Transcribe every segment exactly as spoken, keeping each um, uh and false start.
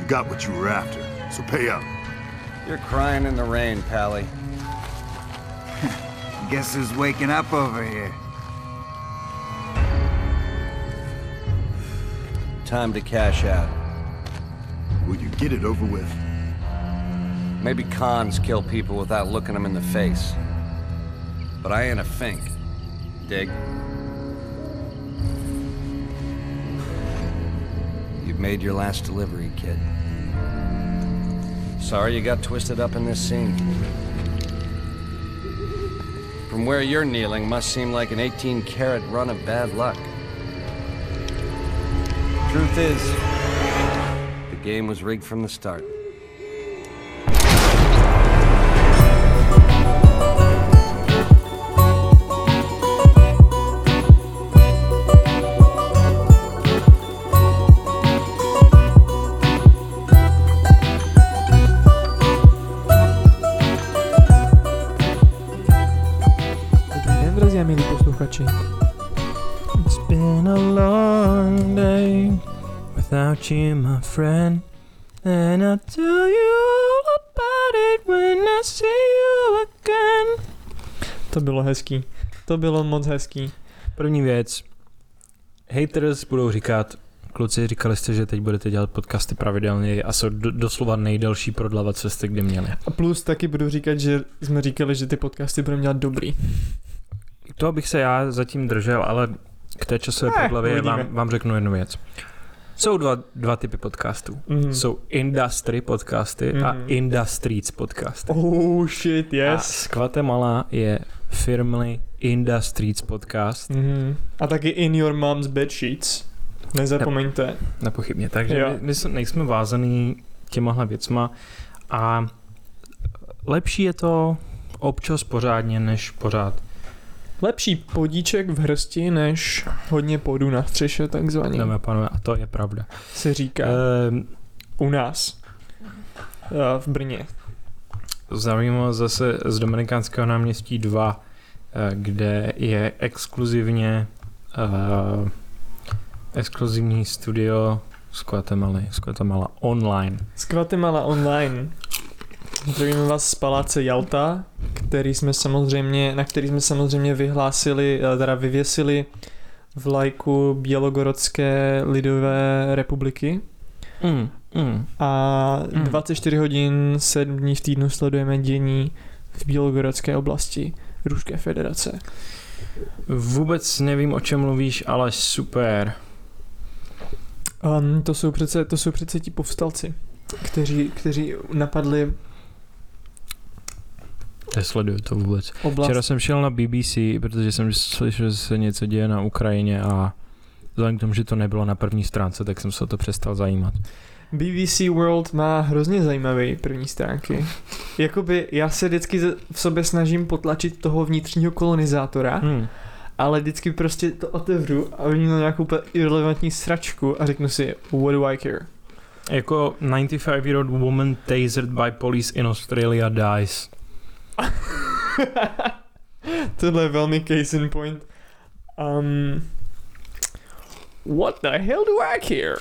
You got what you were after, so pay up. You're crying in the rain, Pally. Guess who's waking up over here? Time to cash out. Will you get it over with? Maybe cons kill people without looking them in the face. But I ain't a fink. Dig? You've made your last delivery, kid. Sorry you got twisted up in this scene. From where you're kneeling must seem like an eighteen karat run of bad luck. Truth is, the game was rigged from the start. It's been a long day without you, my friend, and I'll tell you all about it when I see you again. To bylo hezký. To bylo moc hezký. První věc. Haters budou říkat, kluci, říkali jste, že teď budete dělat podcasty pravidelně a jsou do, doslova nejdelší prodlava, co jste kdy měli. A plus taky budu říkat, že jsme říkali, že ty podcasty budeme dělat dobrý. To bych se já zatím držel, ale k té časové eh, prodlavě vám, vám řeknu jednu věc. Jsou dva, dva typy podcastů. Mm-hmm. Jsou industry podcasty mm-hmm. a industries podcasty. Oh shit, yes. A z Guatemala je firmly Industries podcast. Mm-hmm. A taky In Your Mom's Bed Sheets. Nezapomeňte. Ne, nepochybně, takže jo. my, my nejsme vázaný těmahle věcma a lepší je to občas pořádně, než pořád. Lepší podíček v hrsti, než hodně podů na střeše, takzvaně. Dámy a pánové, a to je pravda. Se říká uh, u nás. Uh, v Brně. Zdravíme zase z Dominikánského náměstí dva, uh, kde je exkluzivně uh, exkluzivní studio z Guatemaly, z Guatemala online. Z Guatemala online. Zdravíme vás z paláce Jalta, který jsme samozřejmě, na který jsme samozřejmě vyhlásili, teda vyvěsili vlajku Bělogorodské lidové republiky. Mm, mm, a mm. dvacet čtyři hodin, sedm dní v týdnu sledujeme dění v Bělogorodské oblasti Ruské federace. Vůbec nevím, o čem mluvíš, ale super. Um, to jsou přece, to jsou přece ti povstalci, kteří, kteří napadli. Nesleduju to vůbec. Oblast. Včera jsem šel na B B C, protože jsem slyšel, že se něco děje na Ukrajině a vzhledem k tomu, že to nebylo na první stránce, tak jsem se o to přestal zajímat. B B C World má hrozně zajímavé první stránky. Jakoby já se vždycky v sobě snažím potlačit toho vnitřního kolonizátora, hmm. ale vždycky prostě to otevřu a vidím nějakou úplně irrelevantní sračku a řeknu si, what do I care? Jako ninety-five-year-old woman tasered by police in Australia dies. Tohle je velmi case in point. Um, what the hell do I care?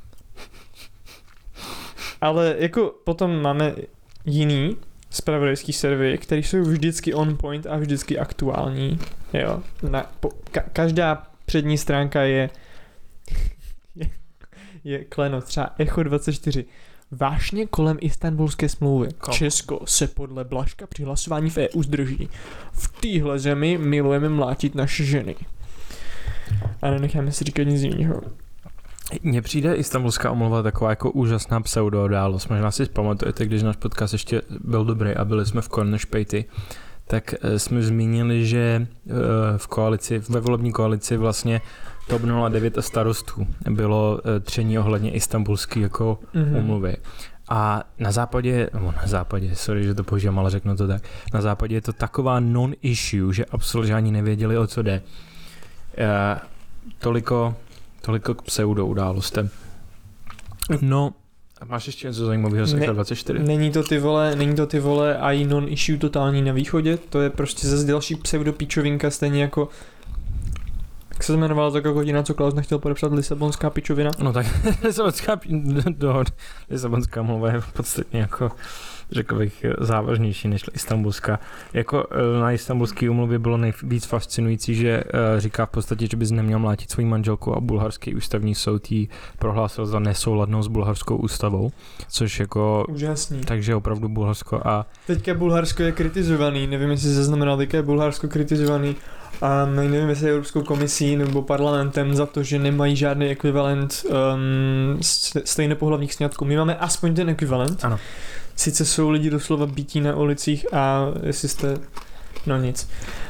Ale jako potom máme jiný zpravodajský servery, které jsou vždycky on point a vždycky aktuální. Jo. Na, po, ka, každá přední stránka je je, je kleno, třeba Echo dvacet čtyři. Vášně kolem Istanbulské smlouvy. Kom. Česko se podle Blažka při hlasování v E U zdrží. V téhle zemi milujeme mlátit naše ženy. A nenecháme si říkat nic jiného. Mně přijde Istanbulská omluva taková jako úžasná pseudo-událost. Možná si pamatujete, když náš podcast ještě byl dobrý a byli jsme v Kornešpejty, tak jsme zmínili, že v koalici, ve volební koalici vlastně TOP nula devět a Starostů bylo tření ohledně istanbulský jako mm-hmm. umluvy. A na západě, no na západě, sorry, že to používám, ale řeknu to tak, na západě je to taková non-issue, že absolutně ani nevěděli, o co jde. E, toliko, toliko k pseudo-událostem. No, a máš ještě něco zajímavého z ne, dvacet čtyři? Není to ty vole, není to ty vole a i non-issue totální na východě, to je prostě zase další pseudopíčovinka, stejně jako Jak se jmenovala ta kokodina, co Klaus nechtěl podepsat, Lisabonská pičovina? No tak Lisabonská dohoda, Lisabonská mluva je v podstatě jako, řekl bych, závažnější než Istanbulská. Jako na Istanbulské úmluvě bylo nejvíc fascinující, že říká v podstatě, že bys neměl mlátit svou manželku a bulharský ústavní soud jí prohlásil za nesouladnou s bulharskou ústavou, což jako... Úžasný. Takže opravdu Bulharsko a... Teďka Bulharsko je kritizovaný, nevím, jestli jsi zaznamenal, teďka je Bulharsko kritizovaný a nevím, jestli Evropskou komisí nebo parlamentem za to, že nemají žádný ekvivalent um, stejnopohlavních sňatků. My máme aspoň ten ekvivalent. Ano. Sice jsou lidi doslova bítí na ulicích a jestli jste... No nic.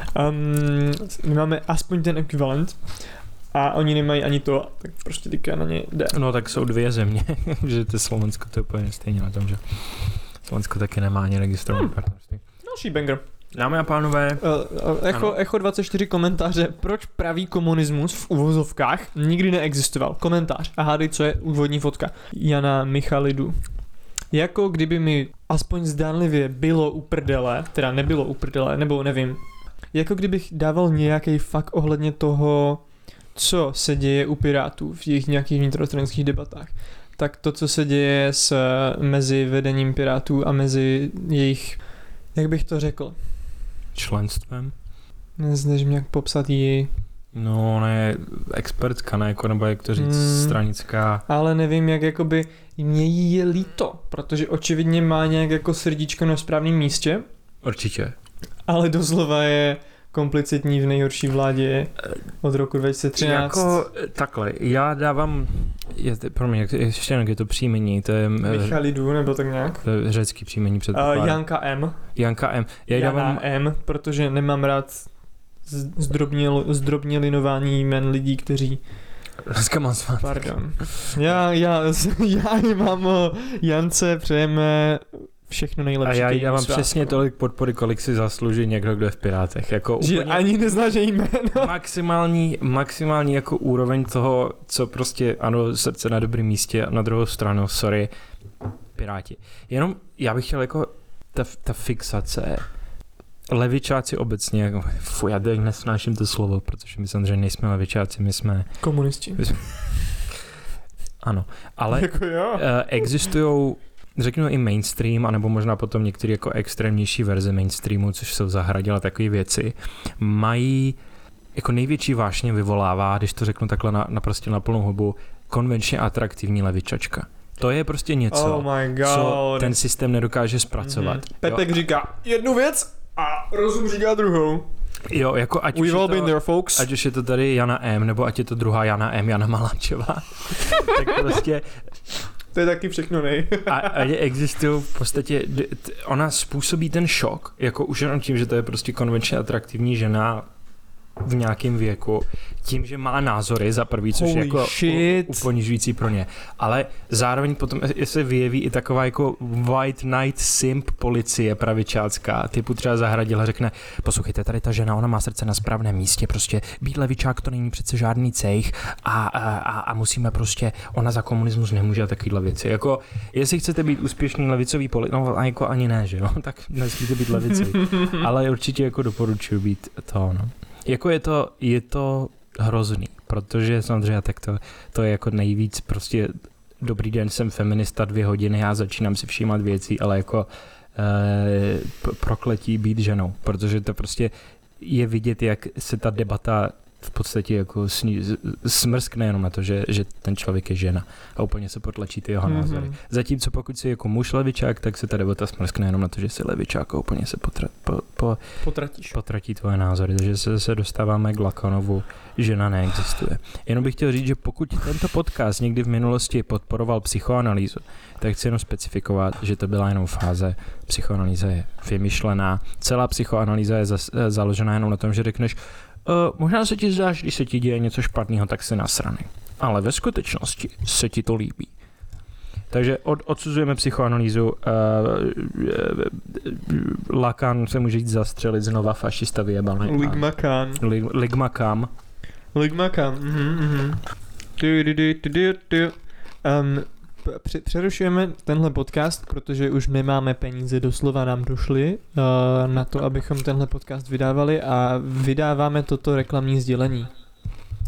Um, my máme aspoň ten ekvivalent a oni nemají ani to, tak prostě teďka na ně jde. No tak jsou dvě země, že to Slovensko to je úplně stejně na tom, že Slovensko taky nemá ani registrované hmm. partnerství. Další banger. Dámy a pánové. Uh, uh, echo, Echo dvacet čtyři komentáře. Proč pravý komunismus v uvozovkách nikdy neexistoval? Komentář. A hádej, co je úvodní fotka. Jana Michalidu. Jako kdyby mi aspoň zdánlivě bylo uprdele, teda nebylo uprdele, nebo nevím. Jako kdybych dával nějaký fakt ohledně toho, co se děje u Pirátů v jejich nějakých vnitrostranických debatách. Tak to, co se děje s, mezi vedením Pirátů a mezi jejich, jak bych to řekl? Členstvem? Nesnažím nějak popsat ji. No, ne, expertka, ne, jako, nebo jak to říct, hmm, stranická. Ale nevím, jak jakoby, mě jí je líto, protože očividně má nějak jako srdíčko na správném místě. Určitě. Ale doslova je komplicitní v nejhorší vládě od roku dva tisíce třináct. Jako takhle, já dávám, je, pro mě, ještě jak je to příjmení, to je... Michalidu, nebo tak nějak? To je řecký příjmení předpokládám. Uh, Janka M. Janka M. Já Jana dávám... M, protože nemám rád zdrobněl, zdrobnělinování jmen lidí, kteří... Dneska mám svát. Pardon. Já, já, já mám Jance, přejeme všechno nejlepší. A já jí dávám svátku. Přesně tolik podpory, kolik si zaslouží někdo, kdo je v Pirátech. Jako že úplně ani neznáš jméno. Maximální, maximální jako úroveň toho, co prostě, ano, srdce na dobrém místě a na druhou stranu, sorry, Piráti. Jenom já bych chtěl jako ta, ta fixace, levičáci obecně, jako, fuj, já teď nesnáším to slovo, protože my samozřejmě nejsme levičáci, my jsme... Komunisti. My jsme, ano, ale jako uh, existujou, řeknu i mainstream, anebo možná potom některé jako extrémnější verze mainstreamu, což jsou zahradila takové věci, mají jako největší vášně vyvolává, když to řeknu takhle na, na prostě na plnou hubu, konvenčně atraktivní levičačka. To je prostě něco, oh my God. Co ten systém nedokáže zpracovat. Mm-hmm. Pepek jo. Říká jednu věc a rozum říká druhou. Jo, jako ať už, all to, been there, folks. ať už je to tady Jana M, nebo ať je to druhá Jana M, Jana Maláčová. Tak prostě... To je taky všechno, nej. a, a existují v podstatě, ona způsobí ten šok, jako už jenom tím, že to je prostě konvenčně atraktivní žena v nějakém věku, tím, že má názory za prvý, což Holy je jako shit. uponižující pro ně. Ale zároveň potom se vyjeví i taková jako white knight simp policie pravičácká, typu třeba Zahradila řekne, poslouchejte, tady ta žena, ona má srdce na správném místě, prostě být levičák to není přece žádný cejch a, a, a musíme prostě, ona za komunismus nemůže a takovýhle věci. Jako, jestli chcete být úspěšný levicový politik, no jako ani ne, že jo, tak nesmíte být levicový. Ale určitě jako doporučuji být to, no. Jako je to, je to hrozný, protože samozřejmě tak to, to je jako nejvíc prostě dobrý den, jsem feminista dvě hodiny, já začínám si všímat věcí, ale jako e, prokletí být ženou, protože to prostě je vidět, jak se ta debata v podstatě jako sní, smrskne jenom na to, že, že ten člověk je žena a úplně se potlačí ty jeho mm-hmm. názory. Zatímco pokud si jako muž levičák, tak se ta debata smrskne jenom na to, že jsi levičák a úplně se potra, po, po, Potratíš. potratí tvoje názory. Takže se zase dostáváme k Lakanovu, žena neexistuje. Jenom bych chtěl říct, že pokud tento podcast někdy v minulosti podporoval psychoanalýzu, tak chci jenom specifikovat, že to byla jenom fáze. Psychoanalýza je vymyšlená. Celá psychoanalýza je zas, založená jenom na tom, že řekneš, Uh, možná se ti zdá, že když se ti děje něco špatného, tak se nasrany. Ale ve skutečnosti se ti to líbí. Takže od, odsuzujeme psychoanalýzu. Uh, uh, Lacan se může jít zastřelit znova, fašista vyjebaný. Ligmakan. Lig, Ligmakam. Ligmakam, mhm, mhm. Du, du, du, du, du, du. Um, Přerušujeme tenhle podcast, protože už nemáme peníze, doslova nám došly uh, na to, abychom tenhle podcast vydávali a vydáváme toto reklamní sdělení.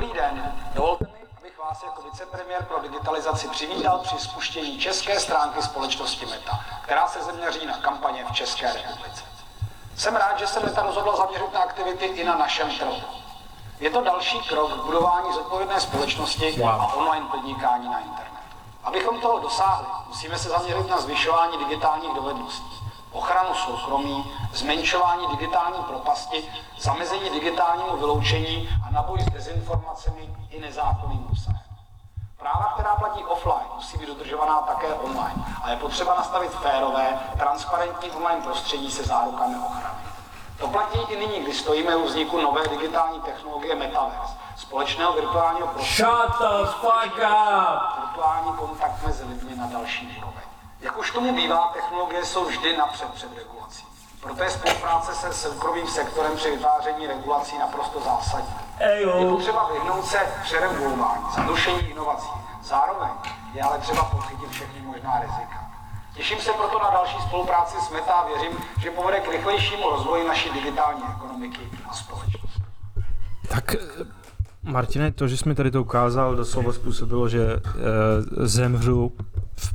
Dobrý den, dovolte mi, abych vás jako vicepremiér pro digitalizaci přivítal při spuštění české stránky společnosti Meta, která se zaměří na kampaně v České republice. Jsem rád, že se Meta rozhodla zaměřit na aktivity i na našem trhu. Je to další krok v budování zodpovědné společnosti wow. a online podnikání na internetu. Abychom toho dosáhli, musíme se zaměřit na zvyšování digitálních dovedností, ochranu soukromí, zmenšování digitální propasti, zamezení digitálnímu vyloučení a na boj s dezinformacemi i nezákonným obsahem. Práva, která platí offline, musí být dodržovaná také online a je potřeba nastavit férové, transparentní online prostředí se zárukami ochrany. To platí i nyní, kdy stojíme u vzniku nové digitální technologie Metaverse, společného virtuálního prostředí. Shut the fuck up! Virtuální kontakt mezi lidmi na další úroveň. Jak už tomu bývá, technologie jsou vždy napřed před regulací. Proto je spolupráce se soukromým sektorem při vytváření regulací naprosto zásadní. Ejo. Je potřeba vyhnout se přeregulování, zadušení inovací. Zároveň je ale třeba podchytit všechny možná rizika. Těším se proto na další spolupráci s Meta a věřím, že povede k rychlejšímu rozvoji naší digitální ekonomiky a společnosti. Tak, Martine, to, že jsi mi tady to ukázal, doslova způsobilo, že uh, zemřu v,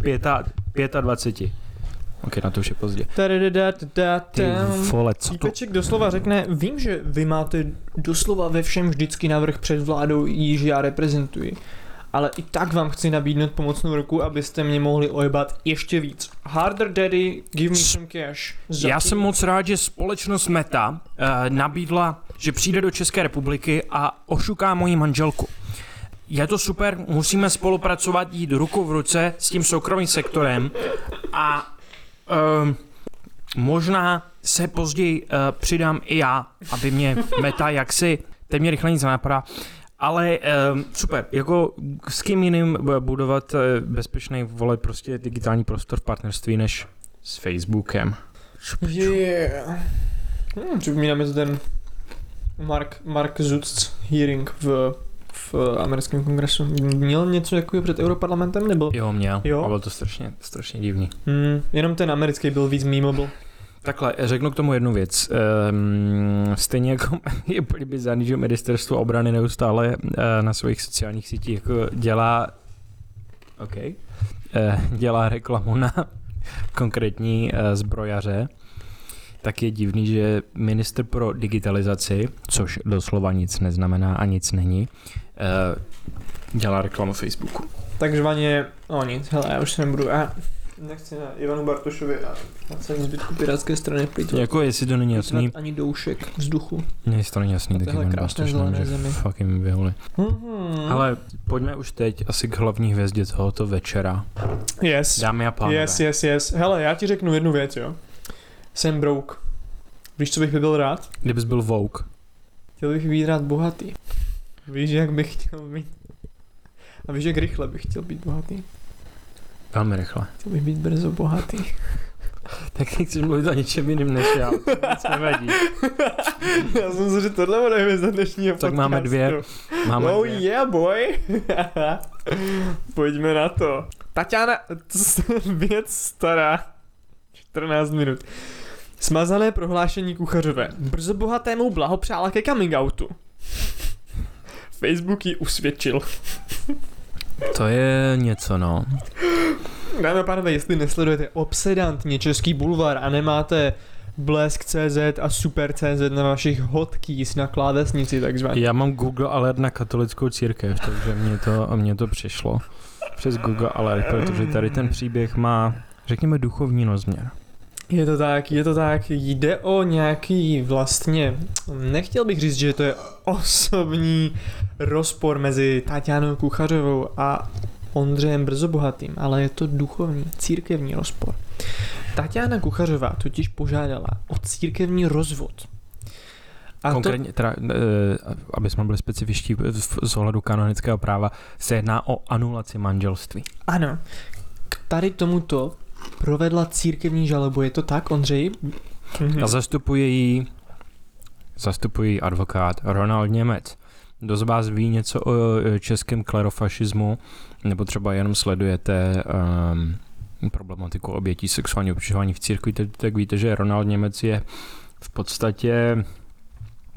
v dvaceti pěti. Ok, na to už je pozdě. Ty vole, co to? Týpeček doslova řekne, vím, že vy máte doslova ve všem vždycky navrch před vládou, již já reprezentuji. Ale i tak vám chci nabídnout pomocnou ruku, abyste mě mohli ojebat ještě víc. Harder daddy, give me some cash. Já jsem moc rád, že společnost Meta uh, nabídla, že přijde do České republiky a ošuká moji manželku. Je to super, musíme spolupracovat, jít ruku v ruce s tím soukromým sektorem a uh, možná se později uh, přidám i já, aby mě Meta jaksi, teď mě rychle nic nenapadá, ale uh, super, jako s kým jiným budovat uh, bezpečný, vole, prostě digitální prostor v partnerství než s Facebookem. Yeah. Hmm, připomínáme to ten Mark, Mark Zutz hearing v, v americkém kongresu. Měl něco takového před Europarlamentem, nebo? Jo, měl. Jo? A bylo to strašně, strašně divný. Hmm, jenom ten americký byl víc memeable. Takhle, řeknu k tomu jednu věc. Um, stejně jako je úplně bizarní, že ministerstvo obrany neustále uh, na svých sociálních sítích jako dělá OK, uh, dělá reklamu na konkrétní uh, zbrojaře, tak je divný, že ministr pro digitalizaci, což doslova nic neznamená a nic není, uh, dělá reklamu Facebooku. Takže Vaně, o nic, hele, já už se nebudu, já nechci na Ivanu Bartošovi a na celém zbytku pirátské strany plýtvat. Jako jestli to není jasný. Ani doušek vzduchu. Ne, jestli to není jasný, tak Ivan Bartoš nemůže fucking vyholit. Mm-hmm. Ale pojďme už teď asi k hlavní hvězdě tohoto večera. Yes. Dámy a pánové. Yes, yes, yes. Hele, já ti řeknu jednu věc, jo. Jsem broke. Víš, co bych byl rád? Kdybys byl woke. Chtěl bych být rád bohatý. Víš, jak bych chtěl být. A víš, jak rychle bych chtěl být bohatý. Velmi rychle. Chtěl bych být brzo bohatý. Tak nechci mluvit o něčem jiným než já. Nic nevadí. Já jsem si, že tohle bude hvězda dnešního tak podcastu. máme dvě. Máme oh dvě. Yeah, boy. Pojďme na to. Tatiana, věc stará. čtrnáct minut. Smazané prohlášení kuchařové. Brzo bohatému blahopřála ke coming outu. Facebook ji usvědčil. To je něco, no. Dámy a pánové, jestli nesledujete obsedantně Český bulvar a nemáte Blesk tečka cé zet a Super tečka cé zet na vašich hotkeys na klávesnici takzvaně. Já mám Google Alert na katolickou církev, takže mě to, mě to přišlo přes Google Alert, protože tady ten příběh má, řekněme, duchovní rozměr. Je to tak, je to tak, jde o nějaký vlastně, nechtěl bych říct, že to je osobní rozpor mezi Tatianou Kuchařovou a Ondřejem Brzobohatým, ale je to duchovní, církevní rozpor. Tatiana Kuchařová totiž požádala o církevní rozvod. A konkrétně, to... teda, aby jsme byli specifičtí z ohledu kanonického práva, se jedná o anulaci manželství. Ano, k tady tomuto provedla církevní žalobu, je to tak, Ondřej? A zastupuje jí, zastupuje jí advokát Ronald Němec. Kdo z vás ví něco o českém klerofašismu, nebo třeba jenom sledujete um, problematiku obětí sexuálního obtěžování v církvi, tak víte, že Ronald Němec je v podstatě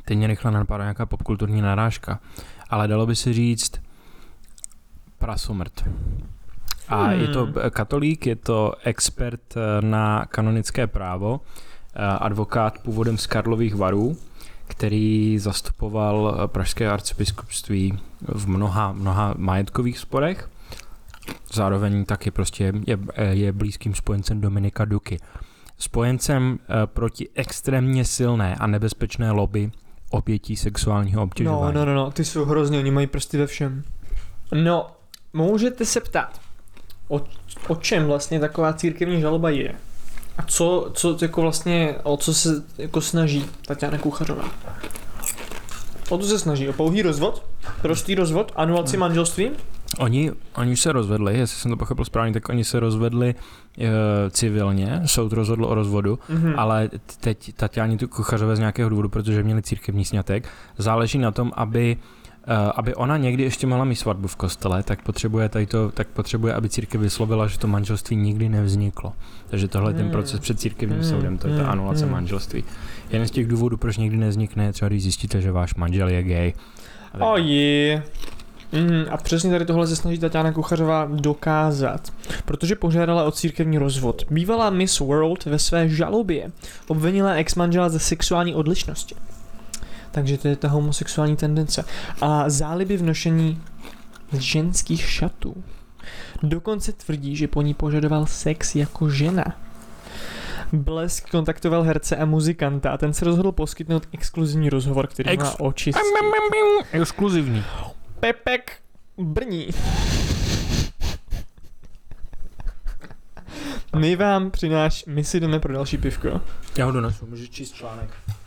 teď mě rychle napadá nějaká popkulturní narážka, ale dalo by se říct prasomrt. A hmm. je to katolík, je to expert na kanonické právo, advokát původem z Karlových Varů, který zastupoval pražské arcibiskupství v mnoha, mnoha majetkových sporech. Zároveň taky prostě je, je blízkým spojencem Dominika Duky. Spojencem proti extrémně silné a nebezpečné lobby obětí sexuálního obtěžování. No, no, no, no, ty jsou hrozně, oni mají prsty ve všem. No, můžete se ptát, o, o čem vlastně taková církevní žaloba je? A co, co jako vlastně, o co se jako snaží Taťána Kuchařová? O to se snaží, o pouhý rozvod? Prostý rozvod? Anulaci manželství? Oni, oni se rozvedli, jestli jsem to pochopil správně, tak oni se rozvedli e, civilně, soud rozhodl o rozvodu, mm-hmm. ale teď Taťáně Kuchařové z nějakého důvodu, protože měli církevní sňatek, záleží na tom, aby Uh, aby ona někdy ještě mohla mít svatbu v kostele, tak potřebuje, to, tak potřebuje, aby církev vyslovila, že to manželství nikdy nevzniklo. Takže tohle je ten proces před církevním soudem, to je ta anulace manželství. Jeden z těch důvodů, proč nikdy nevznikne, je třeba, když zjistíte, že váš manžel je gay. Oh je. Mm, a přesně tady tohle se snaží Taťána Kuchařová dokázat, protože požádala o církevní rozvod. Bývalá Miss World ve své žalobě obvinila ex-manžela ze sexuální odlišnosti. Takže to je ta homosexuální tendence. A záliby v nošení ženských šatů. Dokonce tvrdí, že po ní požadoval sex jako žena. Blesk kontaktoval herce a muzikanta a ten se rozhodl poskytnout exkluzivní rozhovor, který Ex- má oči. Exkluzivní. Pepek brní. My vám přináš, my si jdeme pro další pivko. Já ho donesu, můžeš číst článek.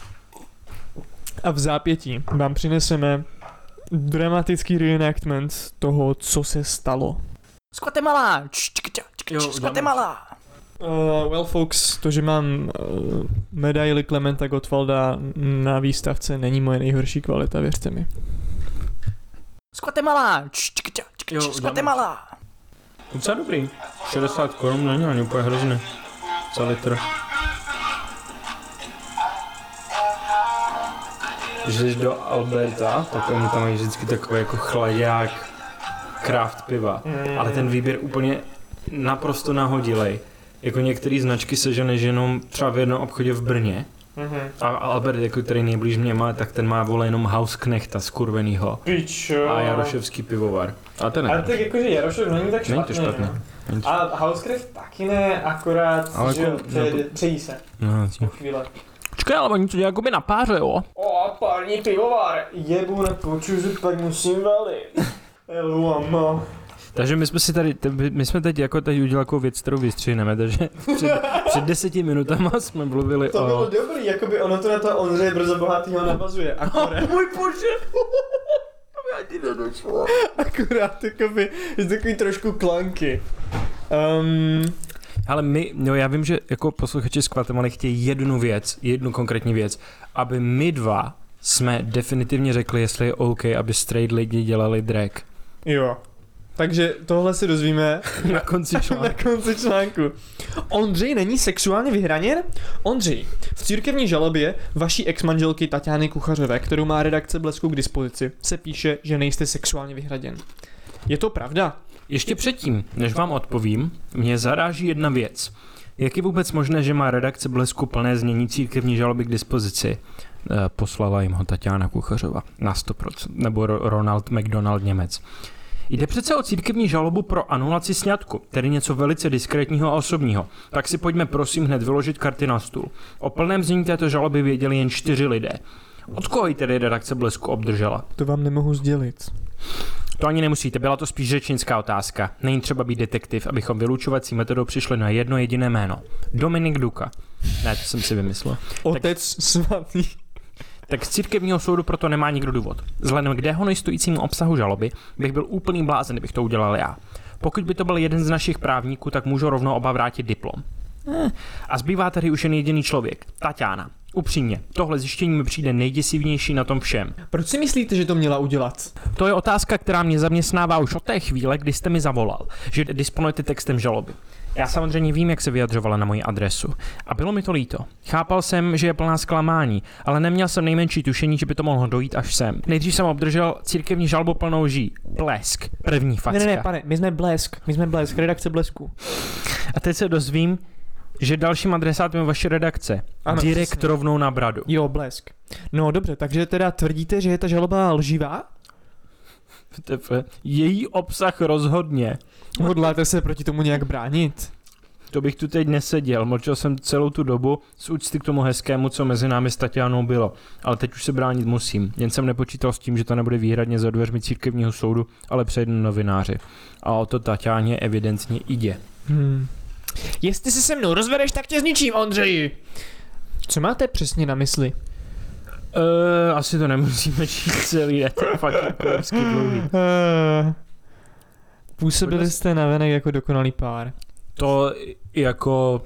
A v zápětí vám přineseme dramatický reenactment toho, co se stalo. Z Guatemala! Z Guatemala! Uh, well folks, to, že mám uh, medaili Klementa Gottwalda na výstavce, není moje nejhorší kvalita, věřte mi. Z Guatemala! Z Guatemala! Docela dobrý. šedesát korun není ani úplně hrozný. Za litr. Když jdeš do Alberta, tak oni tam mají vždycky takový jako chladák craft piva. Mm. Ale ten výběr úplně naprosto nahodilej. Jako některé značky seženeš jenom třeba v jednom obchodě v Brně. Mm-hmm. A Albert, jako který nejblíž mě má, tak ten má vole jenom Hausknechta skurvenýho. Pičo. A Jaroševský pivovar. A ten Ale tak jakože Jarošev není tak špatný. Není to špatný. Není to špatný. A Hausknecht taky ne, akorát, ale že jako, pře- přejí se. No, po chvíle. Počkej, ale oni to dělají jakoby na páře, jo? O, pární pivovar. Jebu na počuzu, pak musím valit. Eluama. Takže my jsme si tady, my jsme teď jako teď udělali takovou věc, kterou vystřihneme, takže před, před deseti minutama jsme mluvili to o... To bylo dobrý, jakoby ono to na to Ondřeje Brzo Bohatýho navazuje, akorát... Oh, můj bože! To mi ani nedošlo. Akorát, jakoby, je takový trošku klanky. Um... Ale my, no já vím, že jako posluchači z Guatemaly chtějí jednu věc, jednu konkrétní věc, aby my dva jsme definitivně řekli, jestli je OK, aby straight lidi dělali drag. Jo. Takže tohle si dozvíme na konci článku. na konci článku. Ondřej není sexuálně vyhraněn? Ondřej, v církevní žalobě vaší ex-manželky Taťány Kuchařové, kterou má redakce Blesku k dispozici, se píše, že nejste sexuálně vyhraněn. Je to pravda? Ještě předtím, než vám odpovím, mě zaráží jedna věc. Jak je vůbec možné, že má redakce Blesku plné znění církevní žaloby k dispozici? E, poslala jim ho Taťána Kuchařová na sto procent, nebo Ronald McDonald Němec. Jde přece o církevní žalobu pro anulaci sňatku, tedy něco velice diskrétního a osobního. Tak si pojďme prosím hned vyložit karty na stůl. O plném znění této žaloby věděli jen čtyři lidé. Od koho ji tedy redakce Blesku obdržela? To vám nemohu sdělit. To ani nemusíte, byla to spíš řečnická otázka. Není třeba být detektiv, abychom vylučovací metodou přišli na jedno jediné jméno. Dominik Duka. Ne, to jsem si vymyslel. Otec tak... svatý. Tak z církevního soudu proto nemá nikdo důvod. Vzhledem k dehonestujícímu obsahu žaloby bych byl úplný blázen, kdybych to udělal já. Pokud by to byl jeden z našich právníků, tak můžu rovnou oba vrátit diplom. Eh. A zbývá tady už jen jediný člověk, Taťána. Upřímně, tohle zjištění mi přijde nejděsivější na tom všem. Proč si myslíte, že to měla udělat? To je otázka, která mě zaměstnává už od té chvíle, kdy jste mi zavolal, že disponujete textem žaloby. Já samozřejmě vím, jak se vyjadřovala na moji adresu. A bylo mi to líto. Chápal jsem, že je plná zklamání, ale neměl jsem nejmenší tušení, že by to mohlo dojít až sem. Nejdřív jsem obdržel církevní žalobu plnou lží. Blesk. První facka. Ne, ne, ne, pane, my jsme Blesk. My jsme Blesk, redakce Blesku. A teď se dozvím, že dalším adresátem je vaše redakce. Ano, Direkt přesně. rovnou na bradu. Jo, Blesk. No dobře, takže teda tvrdíte, že je ta žaloba lživá? Její obsah rozhodně. Hodláte se proti tomu nějak bránit? To bych tu teď neseděl, mlčel jsem celou tu dobu z úcty k tomu hezkému, co mezi námi s Tatianou bylo. Ale teď už se bránit musím, jen jsem nepočítal s tím, že to nebude výhradně za dveřmi církevního soudu, ale před novináři. A o to Tatianě evidentně jde. Hmm. Jestli se se mnou rozvedeš, tak tě zničím, Ondřeji! Co máte přesně na mysli? Uh, asi to nemusíme číst celý, je to fakt jako dlouhý. Uh, působili jste navenek jako dokonalý pár. To jako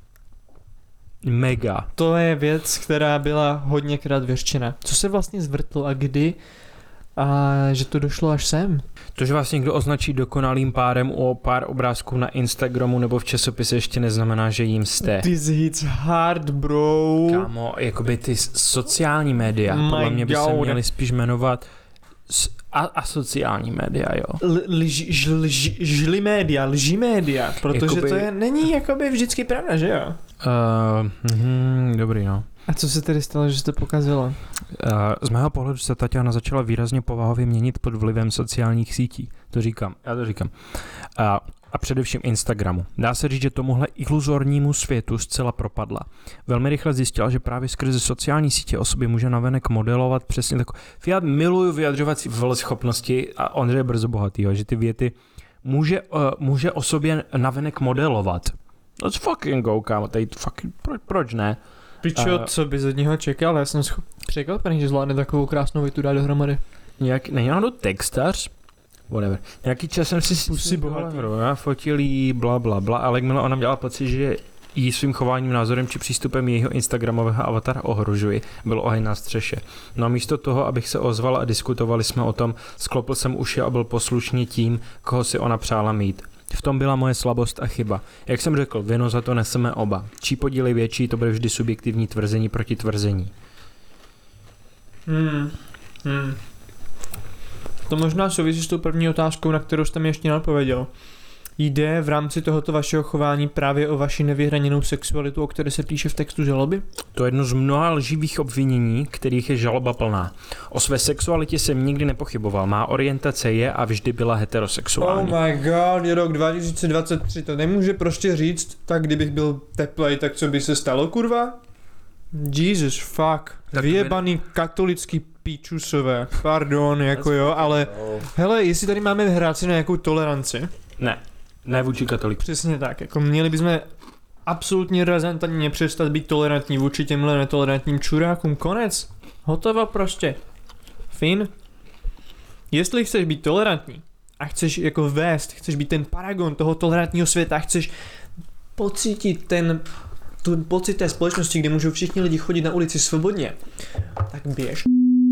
mega. To je věc, která byla hodněkrát věřčena. Co se vlastně zvrtlo a kdy a že to došlo až sem? To, že vás někdo označí dokonalým párem o pár obrázků na Instagramu nebo v časopise, ještě neznamená, že jim jste. This hits hard, bro. Kámo, jakoby ty sociální média, My podle mě by se God. měly spíš jmenovat s- a, a sociální média, jo. L- lž, žl, lž, žli média, lži média, protože Jakoby- to je, není jakoby vždycky pravda, že jo? Uh, mm, dobrý, no. A co se tedy stalo, že se to pokazilo? Uh, z mého pohledu se Tatiana začala výrazně povahově měnit pod vlivem sociálních sítí. To říkám, já to říkám. Uh, a především Instagramu. Dá se říct, že tomuhle iluzornímu světu zcela propadla. Velmi rychle zjistila, že právě skrze sociální sítě o sobě může navenek modelovat přesně tak. Já miluju vyjadřovací schopnosti a Ondřej je brzo bohatýho, že ty věty může, uh, může o sobě navenek modelovat. Let's fucking go, kámo, tady to fucking, proč, proč ne? Pičo, Uh, co bys od něho čekal? Já jsem scho- překvapený, že zvládne takovou krásnou větu dát dohromady. Nějak, není náhodou textař? Whatever. Nějaký čas jsem si Pusy bohatý. já fotil jí, bla bla bla, ale jakmile ona měla pocit, že jí svým chováním, názorem či přístupem jejího instagramového avatara ohrožuji, byl oheň na střeše. No a místo toho, abych se ozval a diskutovali jsme o tom, sklopil jsem uši a byl poslušný tím, koho si ona přála mít. V tom byla moje slabost a chyba. Jak jsem řekl, vinu za to neseme oba. Čí podíl je větší, to bude vždy subjektivní tvrzení proti tvrzení. Hmm. Hmm. To možná souvisí s tou první otázkou, na kterou jste mi ještě neodpověděl. Jde v rámci tohoto vašeho chování právě o vaši nevyhraněnou sexualitu, o které se píše v textu žaloby? To je jedno z mnoha lživých obvinění, kterých je žaloba plná. O své sexualitě jsem nikdy nepochyboval. Má orientace je a vždy byla heterosexuální. Oh my god, je rok dva tisíce dvacet tři, to nemůže prostě říct, tak kdybych byl teplej, tak co by se stalo, kurva? Jesus fuck, Tak vyjebaný katolický píčusové, pardon, jako jo, ale hele, jestli tady máme hrát si na nějakou toleranci, Ne, ne vůči katolíkům. přesně tak, jako měli bychom absolutně razantně přestat být tolerantní vůči těmhle netolerantním čurákům, konec, hotovo prostě, fin. Jestli chceš být tolerantní a chceš jako vést, chceš být ten paragon toho tolerantního světa, chceš pocítit ten tu pocit té společnosti, kde můžou všichni lidi chodit na ulici svobodně, tak běž.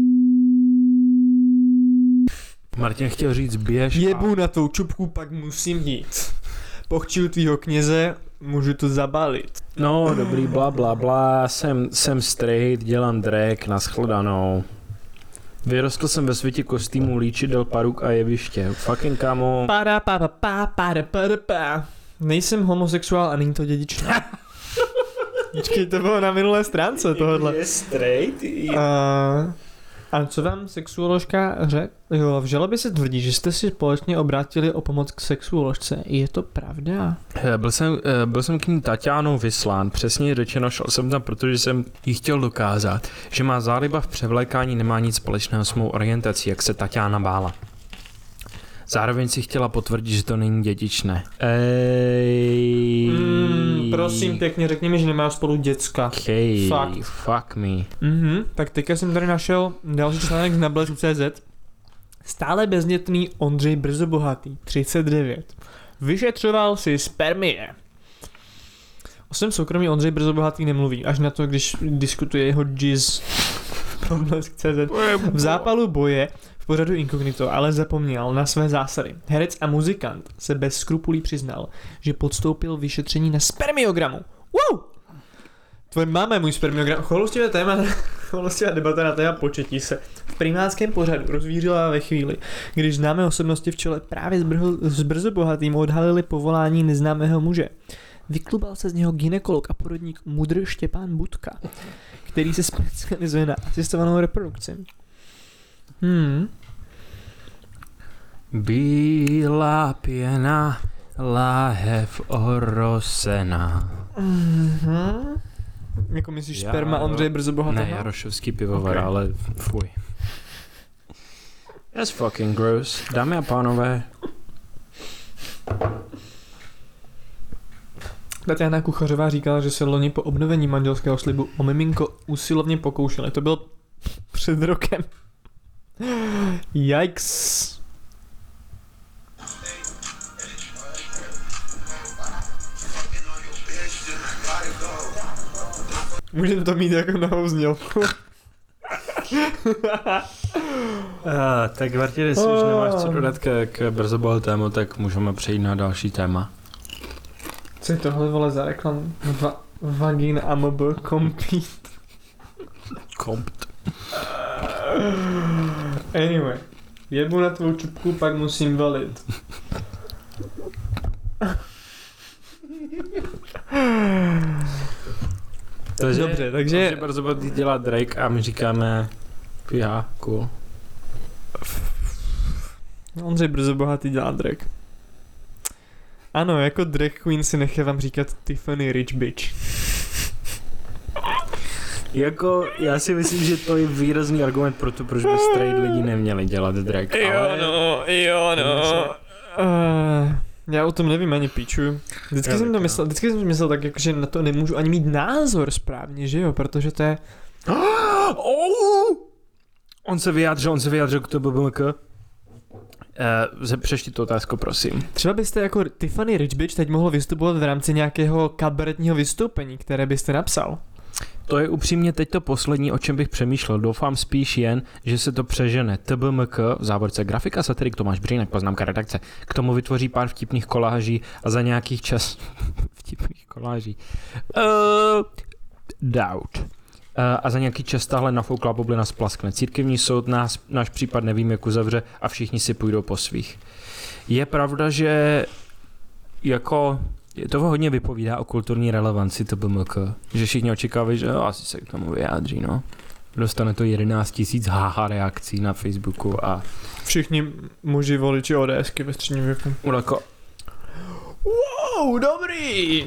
Martin chtěl říct běž. Jebu na tou čupku, pak musím jít. Pochčil tvýho kněze, můžu to zabalit. No, dobrý, bla bla bla, jsem, jsem straight, dělám drag, nashledanou. Vyrostl jsem ve světě kostýmů, líčidel, paruk a jeviště. Fucking kamo. Para, pa, pa, pa, para, para, pa. Nejsem homosexuál a není to dědičné. Počkej, to bylo na minulé stránce tohle. Je straight? A, a co vám sexuoložka řekl? Jo, v žalobě se tvrdí, že jste si společně obrátili o pomoc k sexuoložce. Je to pravda? Byl jsem, byl jsem k ní Tatianou vyslán, přesně řečeno, šel jsem tam, protože jsem jí chtěl dokázat, že má záliba v převlékání nemá nic společného s mou orientací, jak se Tatiana bála. Zároveň si chtěla potvrdit, že to není dědičné. Ej. Mm, prosím pěkně, řekni mi, že nemáš spolu děcka. Hej, Fakt. fuck me. Mhm, tak teďka jsem tady našel další článek na blesk tečka cé zet. Stále bezdětný Ondřej Brzobohatý, třicet devět. Vyšetřoval si spermie. O svém soukromí Ondřej Brzobohatý nemluví, až na to, když diskutuje jeho jizz. Problesk tečka cé zet. V zápalu boje v pořadu Inkognito ale zapomněl na své zásady. Herec a muzikant se bez skrupulí přiznal, že podstoupil vyšetření na spermiogramu. Wow! Tvoje máma je můj spermiogram. Choulostivé téma, choulostivá debata na téma početí se v primátském pořadu rozvířila ve chvíli, když známé osobnosti v čele právě s, brho, s brzo bohatým odhalili povolání neznámého muže. Vyklubal se z něho gynekolog a porodník Mudr Štěpán Budka, který se specializuje na asistovanou reprodukci. Hmm. Bílá pěna, láhev orosená. Mhm. Jako myslíš Já, sperma Ondřeje Brzo bohatého? Ne, Jarošovský pivovar, Okay. ale fuj. That's fucking gross. Dámy a pánové. Tatiana Kuchařová říkala, že se loni po obnovení manželského slibu o miminko usilovně pokoušeli. To bylo před rokem. Yikes. Můžeme to mít jako novou znělku. Uh, tak Martin, jestli už nemáš co dodat k, k brzo bohatému, tak můžeme přejít na další téma. Co je tohle, vole, za reklam? Va- Vagin A M B Compete. Kompt. Anyway. Jebu na tvou čupku, pak musím valit. Takže, Dobře, takže... brzo bohatý dělá Drake a my říkáme já, cool. Ondřej Brzo bohatý dělá drag. Ano, jako drag queen si nechávám říkat Tiffany Rich Bitch. Jako, já si myslím, že to je výrazný argument pro to, proč by straight lidi neměli dělat drag, ale... no, jo no. Uh, já o tom nevím ani píču. Vždycky Já jsem to taky, myslel, vždycky jsem myslel tak, jako, že na to nemůžu ani mít názor správně, že jo, protože to je... Oh! On se vyjádřil, on se vyjádřil k to B B M K. Uh, přešti tu otázku, prosím. Třeba byste jako Tiffany Rich Bitch teď mohl vystupovat v rámci nějakého kabaretního vystoupení, které byste napsal. To je upřímně teď to poslední, o čem bych přemýšlel. Doufám spíš jen, že se to přežene. T B M K, v závorce grafika, satirik Tomáš Břínek, poznámka redakce. K tomu vytvoří pár vtipných koláží a za nějakých čas... vtipných koláží. Uh, doubt. Uh, a za nějaký čas tahle nafouklá bublina splaskne. Církevní soud nás, náš případ nevím, jak uzavře a všichni si půjdou po svých. Je pravda, že jako... To hodně vypovídá o kulturní relevanci T B M K, že všichni očekávají, že jo, asi se k tomu vyjádří, no. Dostane to jedenáct tisíc haha reakcí na Facebooku a... Všichni muži voliči ODSky ve středním věku. Jako... Wow, dobrý!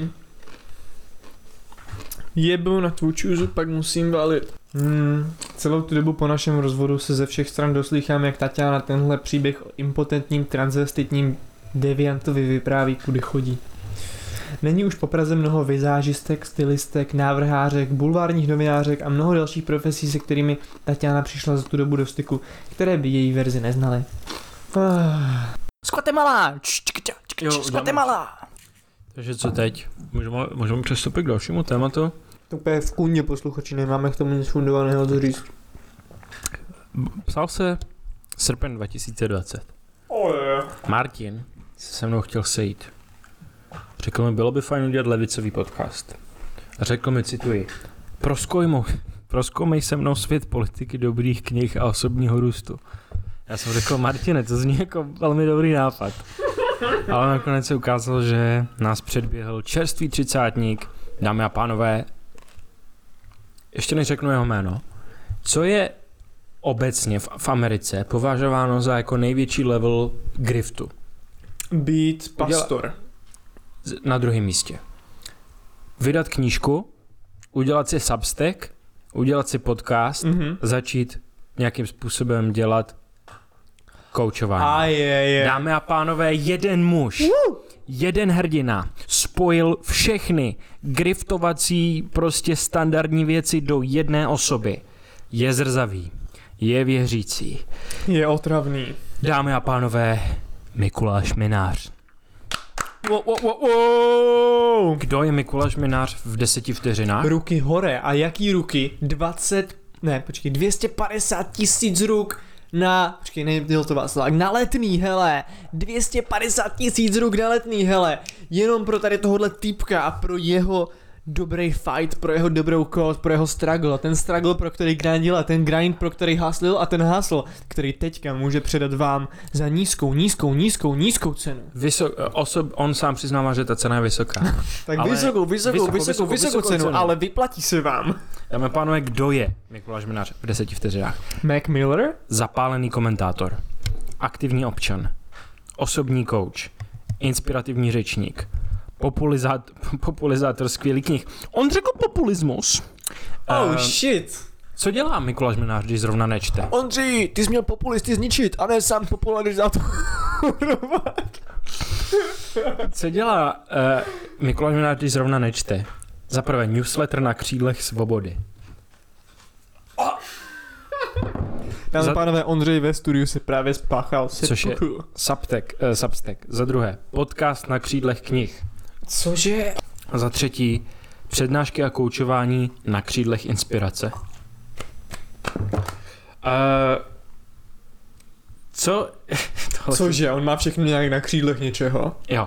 Jebu na tvou čůzu, pak musím valit. Hmm, celou tu dobu po našem rozvodu se ze všech stran doslýchám, jak Tatiana tenhle příběh o impotentním transvestitním deviantovi vypráví, kudy chodí. Není už po Praze mnoho vizážistek, stylistek, návrhářek, bulvárních novinářek a mnoho dalších profesí, se kterými Tatiana přišla za tu dobu do styku, které by její verzi neznaly. Z Guatemala! Z Guatemala! Takže co teď? Můžeme, můžeme přestoupit k dalšímu tématu? To je v kůně, posluchači, nemáme k tomu nic fundovaného co říct. Psal se srpen dva tisíce dvacet. Oh, yeah. Martin se se mnou chtěl sejít. Řekl mi, bylo by fajn udělat levicový podcast. A řekl mi, cituji, Proskouj proskoumej se mnou svět politiky, dobrých knih a osobního růstu. Já jsem řekl, Martine, to zní jako velmi dobrý nápad. Ale nakonec se ukázalo, že nás předběhl čerstvý třicátník, dámy a pánové, ještě než řeknu jeho jméno, co je obecně v, v Americe považováno za jako největší level griftu? Být pastor. Na druhém místě. Vydat knížku, udělat si Substack, udělat si podcast, Mm-hmm. začít nějakým způsobem dělat koučování. A je, je. Dámy a pánové, jeden muž, uh! jeden hrdina spojil všechny griftovací prostě standardní věci do jedné osoby. Je zrzavý, je věřící. Je otravný. Dámy a pánové, Mikuláš Minář. Wow, wow, wow, wow. Kdo je Mikuláš Minář v deseti vteřinách? Ruky hore. A jaký ruky? dvacet ne, počkej, dvě stě padesát tisíc ruk na, počkej, nebyl to Václav, na Letný, hele, dvě stě padesát tisíc ruk na Letný, hele, jenom pro tady tohohle týpka a pro jeho dobrý fight, pro jeho dobrou cause, pro jeho struggle, ten struggle, pro který grindil a ten grind, pro který haslil a ten hasl, který teďka může předat vám za nízkou, nízkou, nízkou, nízkou cenu. Vysok, osob, on sám přiznává, že ta cena je vysoká. Tak Ale vysokou, vysokou, vysokou, vysokou, vysokou, vysokou vysokou cenu, cenu. ale vyplatí se vám. Dáme pánové, kdo je Mikuláš Mynář v deseti vteřinách? Mac Miller? Zapálený komentátor, aktivní občan, osobní coach, inspirativní řečník, populizát, populizátor skvělých knih. On řekl populismus. Oh Uh, shit. Co dělá Mikuláš Mynář, když zrovna nečte? Ondřej, ty jsi měl populisty zničit, a ne sám popularizátor. Co dělá uh, Mikuláš Mynář, když zrovna nečte? Za prvé newsletter na křídlech svobody. Dámy Za- pánové, Ondřej ve studiu se právě spáchal Což je seppuku. Substack, uh, Substack. Za druhé podcast na křídlech knih. Cože? A za třetí přednášky a koučování na křídlech inspirace. Uh, co? Tohle- Cože, on má všechno nějak na křídlech něčeho? Jo,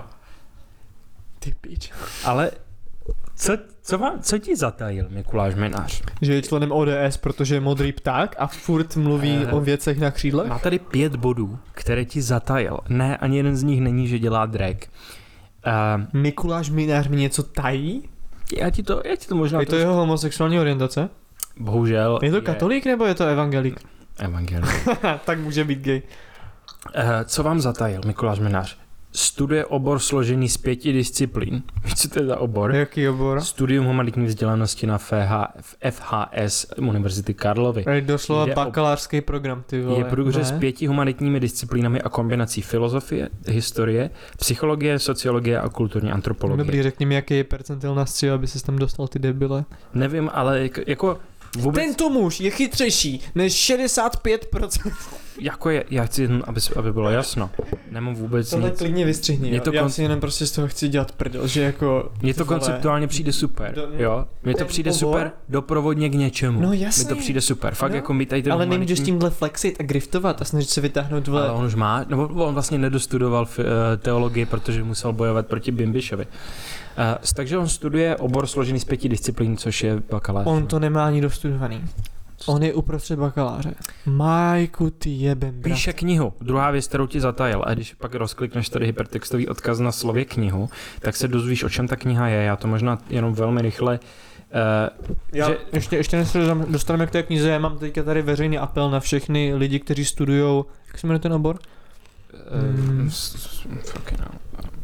Ty pič. ale co, co, vám, co ti zatajil Mikuláš Mynář? Že je členem O D S, protože je modrý pták a furt mluví Eh, o věcech na křídlech? Má tady pět bodů, které ti zatajil. Ne, ani jeden z nich není, že dělá drag. Uh, Mikuláš Mynář mi něco tají? já, ti to, já ti to možná... Je to jeho homosexuální orientace? Bohužel Je to katolík nebo je to evangelik? Evangelik. Tak může být gay. Uh, co vám zatajil Mikuláš Mynář? Studuje obor složený z pěti disciplín. Víš, co to je za obor? Jaký obor? Studium humanitní vzdělanosti na F H, F H S Univerzity Karlovy. Je doslova Jde o- bakalářský program, ty vole. Je průřez Ne? pěti humanitními disciplínami a kombinací filozofie, historie, psychologie, sociologie a kulturní antropologie. Dobrý, řekni mi, jaký je percentil na střih, aby ses tam dostal ty debile. Nevím, ale jako, jako vůbec... Tento muž je chytřejší než šedesát pět procent. Jako je, já chci jen, aby, aby bylo jasno. Nemám vůbec Tohle nic. klidně vystřihni, Je jo. to Já kon- si jenom prostě z toho chci dělat prdel, že jako... Mně to ty vole. konceptuálně přijde super, Do- jo? Mně to ten přijde obor? super doprovodně k něčemu. No jasně. Mně to přijde super. Fakt No. jako my tady ten Ale humanitní- nemůžeš tímhle flexit a griftovat a snažit se vytáhnout, vole... Ale on už má, nebo on vlastně nedostudoval f, eh, teologii, protože musel bojovat proti Bimbišovi. Uh, takže on studuje obor složený z pěti disciplín, což je bakalář. On to nemá ani dostudovaný. On je uprostřed bakaláře. Majku, ty jebem, brat. Píše knihu. Druhá věc, kterou ti zatajil. A když pak rozklikneš tady hypertextový odkaz na slově knihu, tak se dozvíš, o čem ta kniha je. Já to možná jenom velmi rychle... Uh, Já, že, ještě, ještě než se dostaneme k té knize, já mám teďka tady veřejný apel na všechny lidi, kteří studujou, jak se jmenuje ten obor? uh, s- s- fucking hell.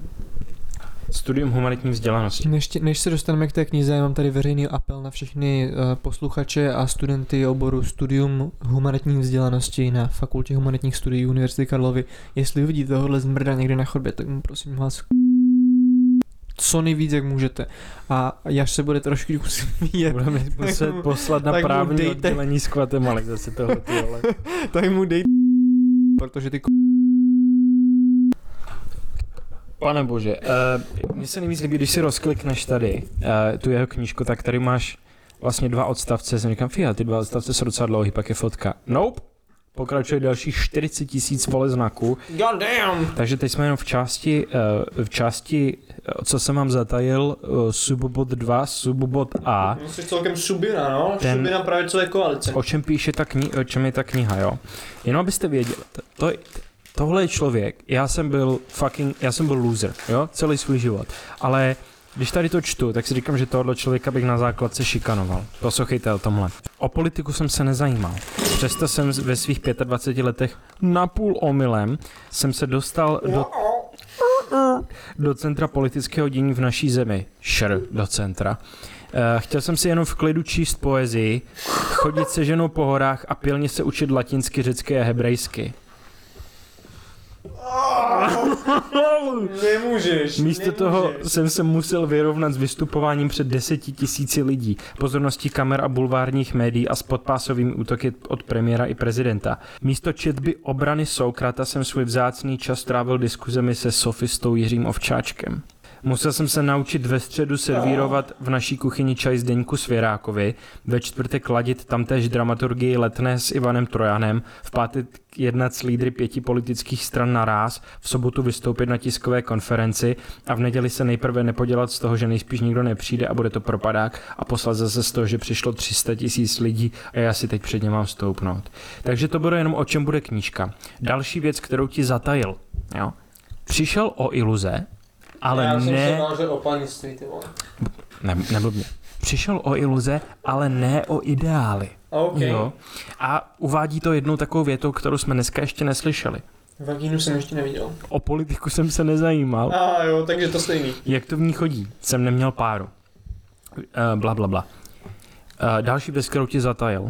Studium humanitní vzdělanosti. Než, tě- než se dostaneme k té knize, já mám tady veřejný apel na všechny uh, posluchače a studenty oboru Studium humanitní vzdělanosti na Fakultě humanitních studií Univerzity Karlovy. Jestli uvidíte tohohle zmrda někde na chodbě, tak mu prosím vás co nejvíc, jak můžete. A až se bude trošku svíjet, Budeme muset poslat na tak mu právní dejte- oddělení z Guatemaly zase tohle, ty vole. tak mu dej protože ty k... Pane bože, uh, mně se nejvíc líbí, když si rozklikneš tady uh, tu jeho knížku, tak tady máš vlastně dva odstavce. Jsem říkám, fíha, ty dva odstavce jsou docela dlouhý, pak je fotka. Nope. Pokračuje dalších čtyřicet tisíc vole znaků. God damn! Takže teď jsme jenom v části, uh, v části, uh, co jsem vám zatajil, uh, subbod dva, subbod A. Jsi celkem subina, no? Ten- Subina pravicové koalice. O čem píše ta kniha, o čem je ta kniha, jo? Jenom abyste věděli, to, to, tohle je člověk, já jsem byl fucking, já jsem byl loser, jo? Celý svůj život, ale když tady to čtu, tak si říkám, že tohle člověka bych na základce šikanoval. Poslouchejte o tomhle. O politiku jsem se nezajímal. Přesto jsem ve svých dvaceti pěti letech napůl omylem jsem se dostal do, do centra politického dění v naší zemi. Šr, do centra. Uh, chtěl jsem si jenom v klidu číst poezii, chodit se ženou po horách a pilně se učit latinsky, řecky a hebrejsky. Nemůžeš. Místo toho jsem se musel vyrovnat s vystupováním před desetitisíci lidí, pozorností kamer a bulvárních médií a s podpásovými útoky od premiéra i prezidenta. Místo četby obrany Sokrata jsem svůj vzácný čas trávil diskuzemi se sofistou Jiřím Ovčáčkem. Musel jsem se naučit ve středu servírovat v naší kuchyni čaj Zdeňku Svěrákovi, ve čtvrtek ladit tamtéž dramaturgii Letné s Ivanem Trojanem, v pátek jednat s lídry pěti politických stran naráz, v sobotu vystoupit na tiskové konferenci a v neděli se nejprve nepodělat z toho, že nejspíš nikdo nepřijde a bude to propadák a poslat zase z toho, že přišlo tři sta tisíc lidí a já si teď před ně mám stoupnout. Takže to bude jenom o čem bude knížka. Další věc, kterou ti zatajil. Jo? Přišel o iluze, ale já ne... Já jsem se o paniství, ty vole. Ne, neblbně. Přišel o iluze, ale ne o ideály. Okay. Jo? A uvádí to jednou takovou větou, kterou jsme dneska ještě neslyšeli. Vagínu jsem ještě neviděl. O politiku jsem se nezajímal. A ah, jo, takže to stejný. Jak to v ní chodí? Jsem neměl páru. Uh, bla, bla, bla. Uh, další věc, kterou ti zatajil.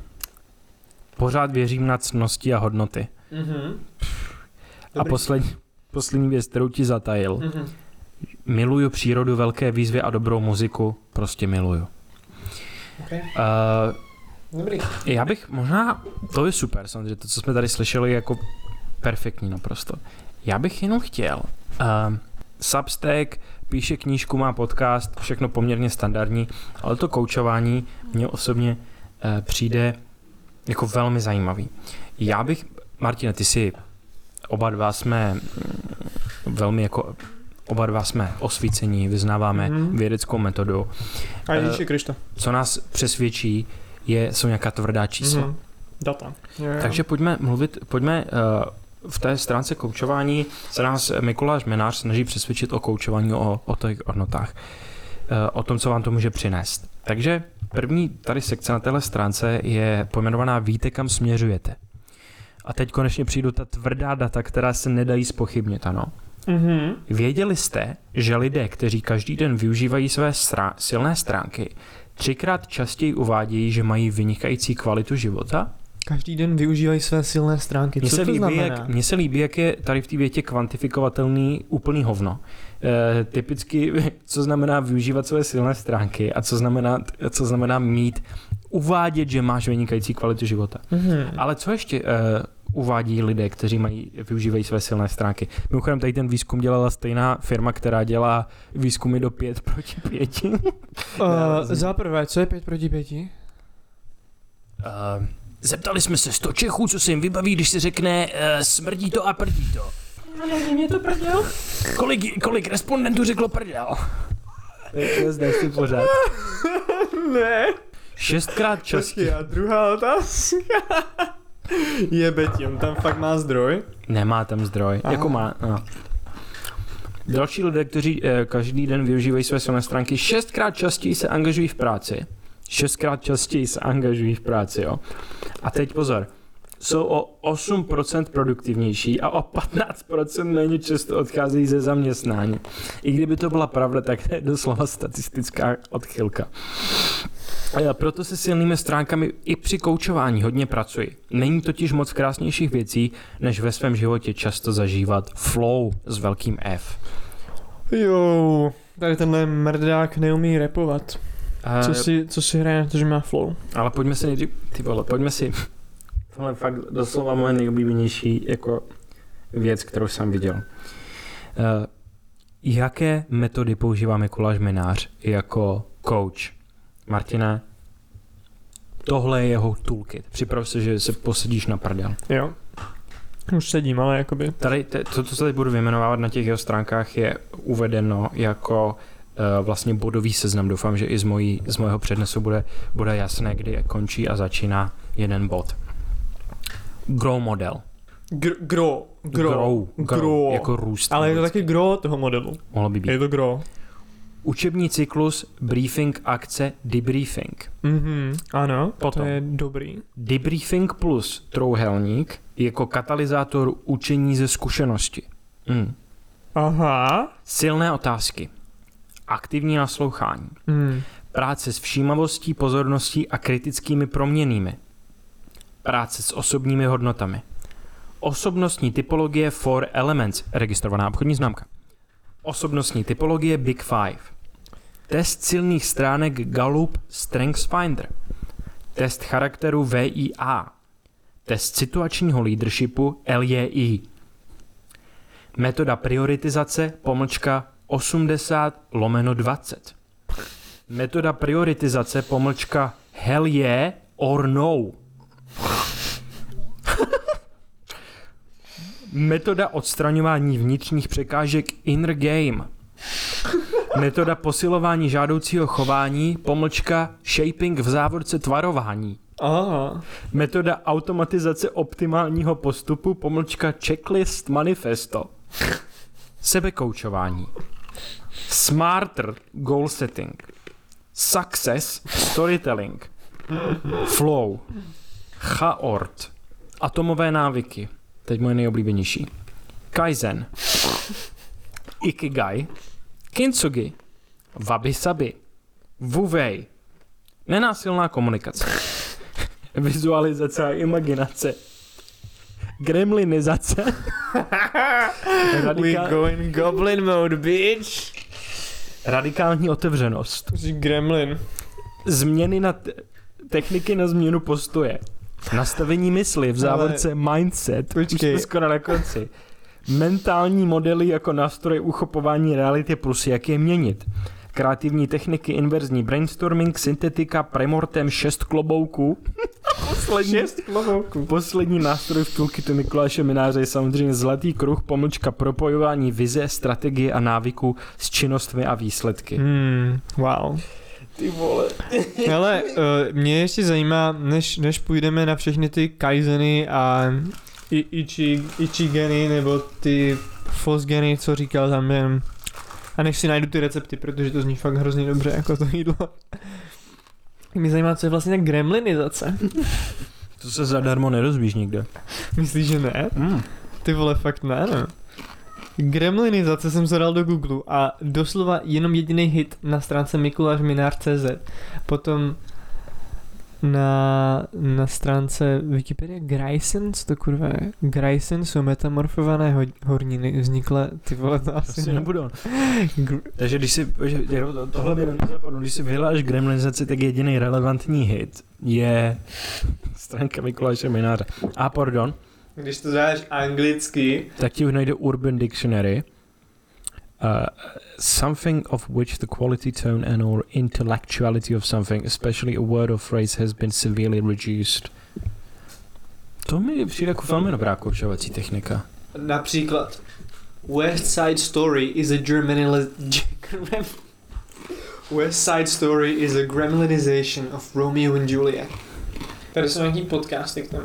Pořád věřím na ctnosti a hodnoty. Mm-hmm. A poslední, poslední věc, kterou ti zatajil. Mm-hmm. Miluju přírodu, velké výzvy a dobrou muziku. Prostě miluju. Okay. Uh, Dobrý. Já bych možná, to je super, samozřejmě to, co jsme tady slyšeli, je jako perfektní naprosto. Já bych jenom chtěl. Uh, Substack, píše knížku, má podcast, všechno poměrně standardní, ale to koučování mně osobně uh, přijde jako velmi zajímavý. Já bych, Martine, ty si, oba dva jsme velmi jako, oba dva jsme osvícení, vyznáváme mm. vědeckou metodu. A Ježíši Krista. Co nás přesvědčí, je, jsou nějaká tvrdá čísla. Mm. Data. Jo, jo. Takže pojďme mluvit, pojďme uh, v té stránce koučování se nás Mikuláš Menář snaží přesvědčit o koučování, o, o těch hodnotách, uh, o tom, co vám to může přinést. Takže první tady sekce na téhle stránce je pojmenovaná Víte, kam směřujete. A teď konečně přijdu ta tvrdá data, která se nedají zpochybnit, ano. Mm-hmm. Věděli jste, že lidé, kteří každý den využívají své strá- silné stránky, třikrát častěji uvádějí, že mají vynikající kvalitu života? Každý den využívají své silné stránky. Mně Co se, to líbí, znamená? jak, mně se líbí, jak je tady v té větě kvantifikovatelný úplný hovno. E, typicky, co znamená využívat své silné stránky a co znamená, co znamená mít, uvádět, že máš vynikající kvalitu života. Mm-hmm. Ale co ještě e, uvádí lidé, kteří mají, využívají své silné stránky? Mimochodem, tady ten výzkum dělala stejná firma, která dělá výzkumy do pět proti pěti. uh, za prvé, co je pět proti pěti? Uh, zeptali jsme se sto Čechů, co se jim vybaví, když se řekne uh, smrdí to a prdí to. Není mě to prdel? Kolik, kolik respondentů řeklo prdel? Zde si pořád. Ne. Šestkrát častěji. A druhá otázka. Jebe ti, on tam fakt má zdroj? Nemá tam zdroj. Aha. Jako má, no. Další lidé, kteří eh, každý den využívají své silné stránky, šestkrát častěji se angažují v práci. Šestkrát častěji se angažují v práci, jo. A teď pozor. Jsou o osm procent produktivnější a o patnáct procent méně často odcházejí ze zaměstnání. I kdyby to byla pravda, tak to je doslova statistická odchylka. A já proto se silnými stránkami i při koučování hodně pracuji. Není totiž moc krásnějších věcí, než ve svém životě často zažívat flow s velkým F. Jo, tady tenhle mrdák neumí rapovat. Uh, co, si, co si hraje na to, že má flow? Ale pojďme si nejdřív, ty vole, pojďme si, tohle je fakt doslova moje nejoblíbenější jako věc, kterou jsem viděl. Uh, jaké metody používá Mikuláš Menář jako coach? Martine, tohle je jeho toolkit. Připrav se, že se posedíš na prdel. Jo. Už sedím, ale jakoby. Tady, to, co se tady budu vyjmenovávat na těch jeho stránkách, je uvedeno jako uh, vlastně bodový seznam. Doufám, že i z, mojí, z mojeho přednesu bude, bude jasné, kdy končí a začíná jeden bod. Grow model. Gr- grow. Grow. Grow. Grow. Grow. Jako růst. Ale je to taky grow toho modelu. Mohlo by být. Je to grow. Učební cyklus, briefing, akce, debriefing. Mhm, ano, Potom. to je dobrý. Debriefing plus trouhelník jako katalyzátor učení ze zkušenosti. Mm. Aha. Silné otázky. Aktivní naslouchání. Mm. Práce s všímavostí, pozorností a kritickými proměnnými. Práce s osobními hodnotami. Osobnostní typologie Four Elements, registrovaná obchodní známka. Osobnostní typologie Big Five. Test silných stránek Gallup StrengthsFinder. Test charakteru V I A. Test situačního leadershipu L J I. Metoda prioritizace pomlčka osmdesát lomeno dvacet. Metoda prioritizace pomlčka hell yeah or no. Metoda odstraňování vnitřních překážek inner game. Metoda posilování žádoucího chování pomlčka shaping v závorce tvarování. Aha. Metoda automatizace optimálního postupu pomlčka checklist manifesto. Sebekoučování. Smarter goal setting. Success storytelling. Flow. Chaort. Atomové návyky. Teď moje nejoblíbenější. Kaizen. Ikigai. Kintsugi. Wabi sabi. Wu-wei. Nenásilná komunikace. Vizualizace a imaginace. Gremlinizace. We go in goblin mode, bitch. Radikální otevřenost. Jsi gremlin. Změny na te- techniky na změnu postoje. Nastavení mysli v závorce ale... mindset. Počkej. Už jsme skoro na konci. Mentální modely jako nástroj uchopování reality plus jak je měnit. Kreativní techniky, inverzní brainstorming, syntetika, premortem, šest klobouků. poslední, šest klobouků. Poslední nástroj v toolkitu Mikuláše Mináře je samozřejmě zlatý kruh, pomlčka propojování vize, strategie a návyku s činnostmi a výsledky. Hmm, wow. Ty vole. Hele, uh, mě ještě zajímá, než, než půjdeme na všechny ty kaizeny a i, ichi, ichigeny, nebo ty fosgeny, co říkal tam jen. A než si najdu ty recepty, protože to zní fakt hrozně dobře, jako to jídlo. Mě zajímá, co je vlastně ta gremlinizace. To se zadarmo nedozvíš nikde. Myslíš, že ne? Mm. Ty vole, fakt ne, ne. Gremlinizace jsem se dal do Google a doslova jenom jediný hit na stránce mikuláš minář tečka cé zet. Potom na, na stránce Wikipedia Grayson, co to kurva je? Grayson jsou metamorfované ho, horniny, vznikla, ty vole, to asi, asi ne. nebudou. Gr- Takže když si, tohle mi nezapadlo, když si vyhledáš gremlinizaci, tak jediný relevantní hit je stránka Mikuláše Mináře. A pardon. Když to dáš anglicky, tak ti najde Urban Dictionary. Uh, something of which the quality, tone and or intellectuality of something, especially a word or phrase, has been severely reduced. To mi přijde jako velmi dobrá koučovací technika. například West Side Story is a Germanili- West Side Story is a gremlinization of Romeo and Juliet. Tady jsou nějaký podcasty k tomu.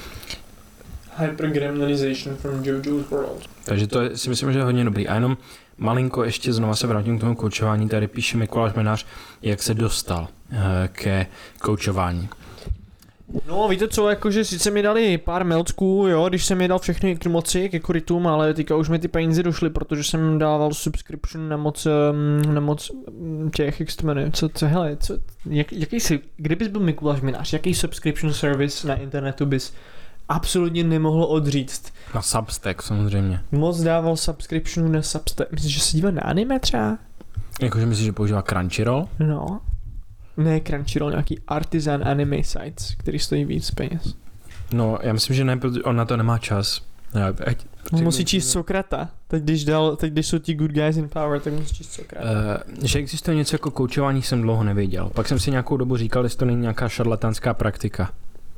Hypergremlinization from JoJo's World. Takže to je, si myslím, že je hodně dobrý. A jenom malinko ještě znova se vrátím k tomu koučování. Tady píše Mikuláš Minář, jak se dostal uh, ke koučování. No víte co, jakože sice mi dali pár melcků, jo, když jsem mi dal všechny k moci, ke korytům, ale teďka už mi ty peníze došly, protože jsem dával subscription na moc, na moc těch, jak se to jmenuje, co, co, hele, co, jak, jaký si, kdybys byl Mikuláš Minář, jaký subscription service na internetu bys absolutně nemohl odříct? Na Substack samozřejmě. Moc dával subscriptionu na Substack, myslíš, že se dívá na anime třeba? Jakože myslíš, že používá Crunchyroll? No. Ne Crunchyroll, nějaký artisan anime sites, který stojí víc peněz. No, já myslím, že ne, protože on na to nemá čas. Já, ať, On musí číst Sokrata. Teď když, dal, teď když jsou ti good guys in power, tak musí číst Sokrata. Uh, že existuje něco jako koučování, jsem dlouho nevěděl. Pak jsem si nějakou dobu říkal, jestli to není nějaká šarlatánská praktika.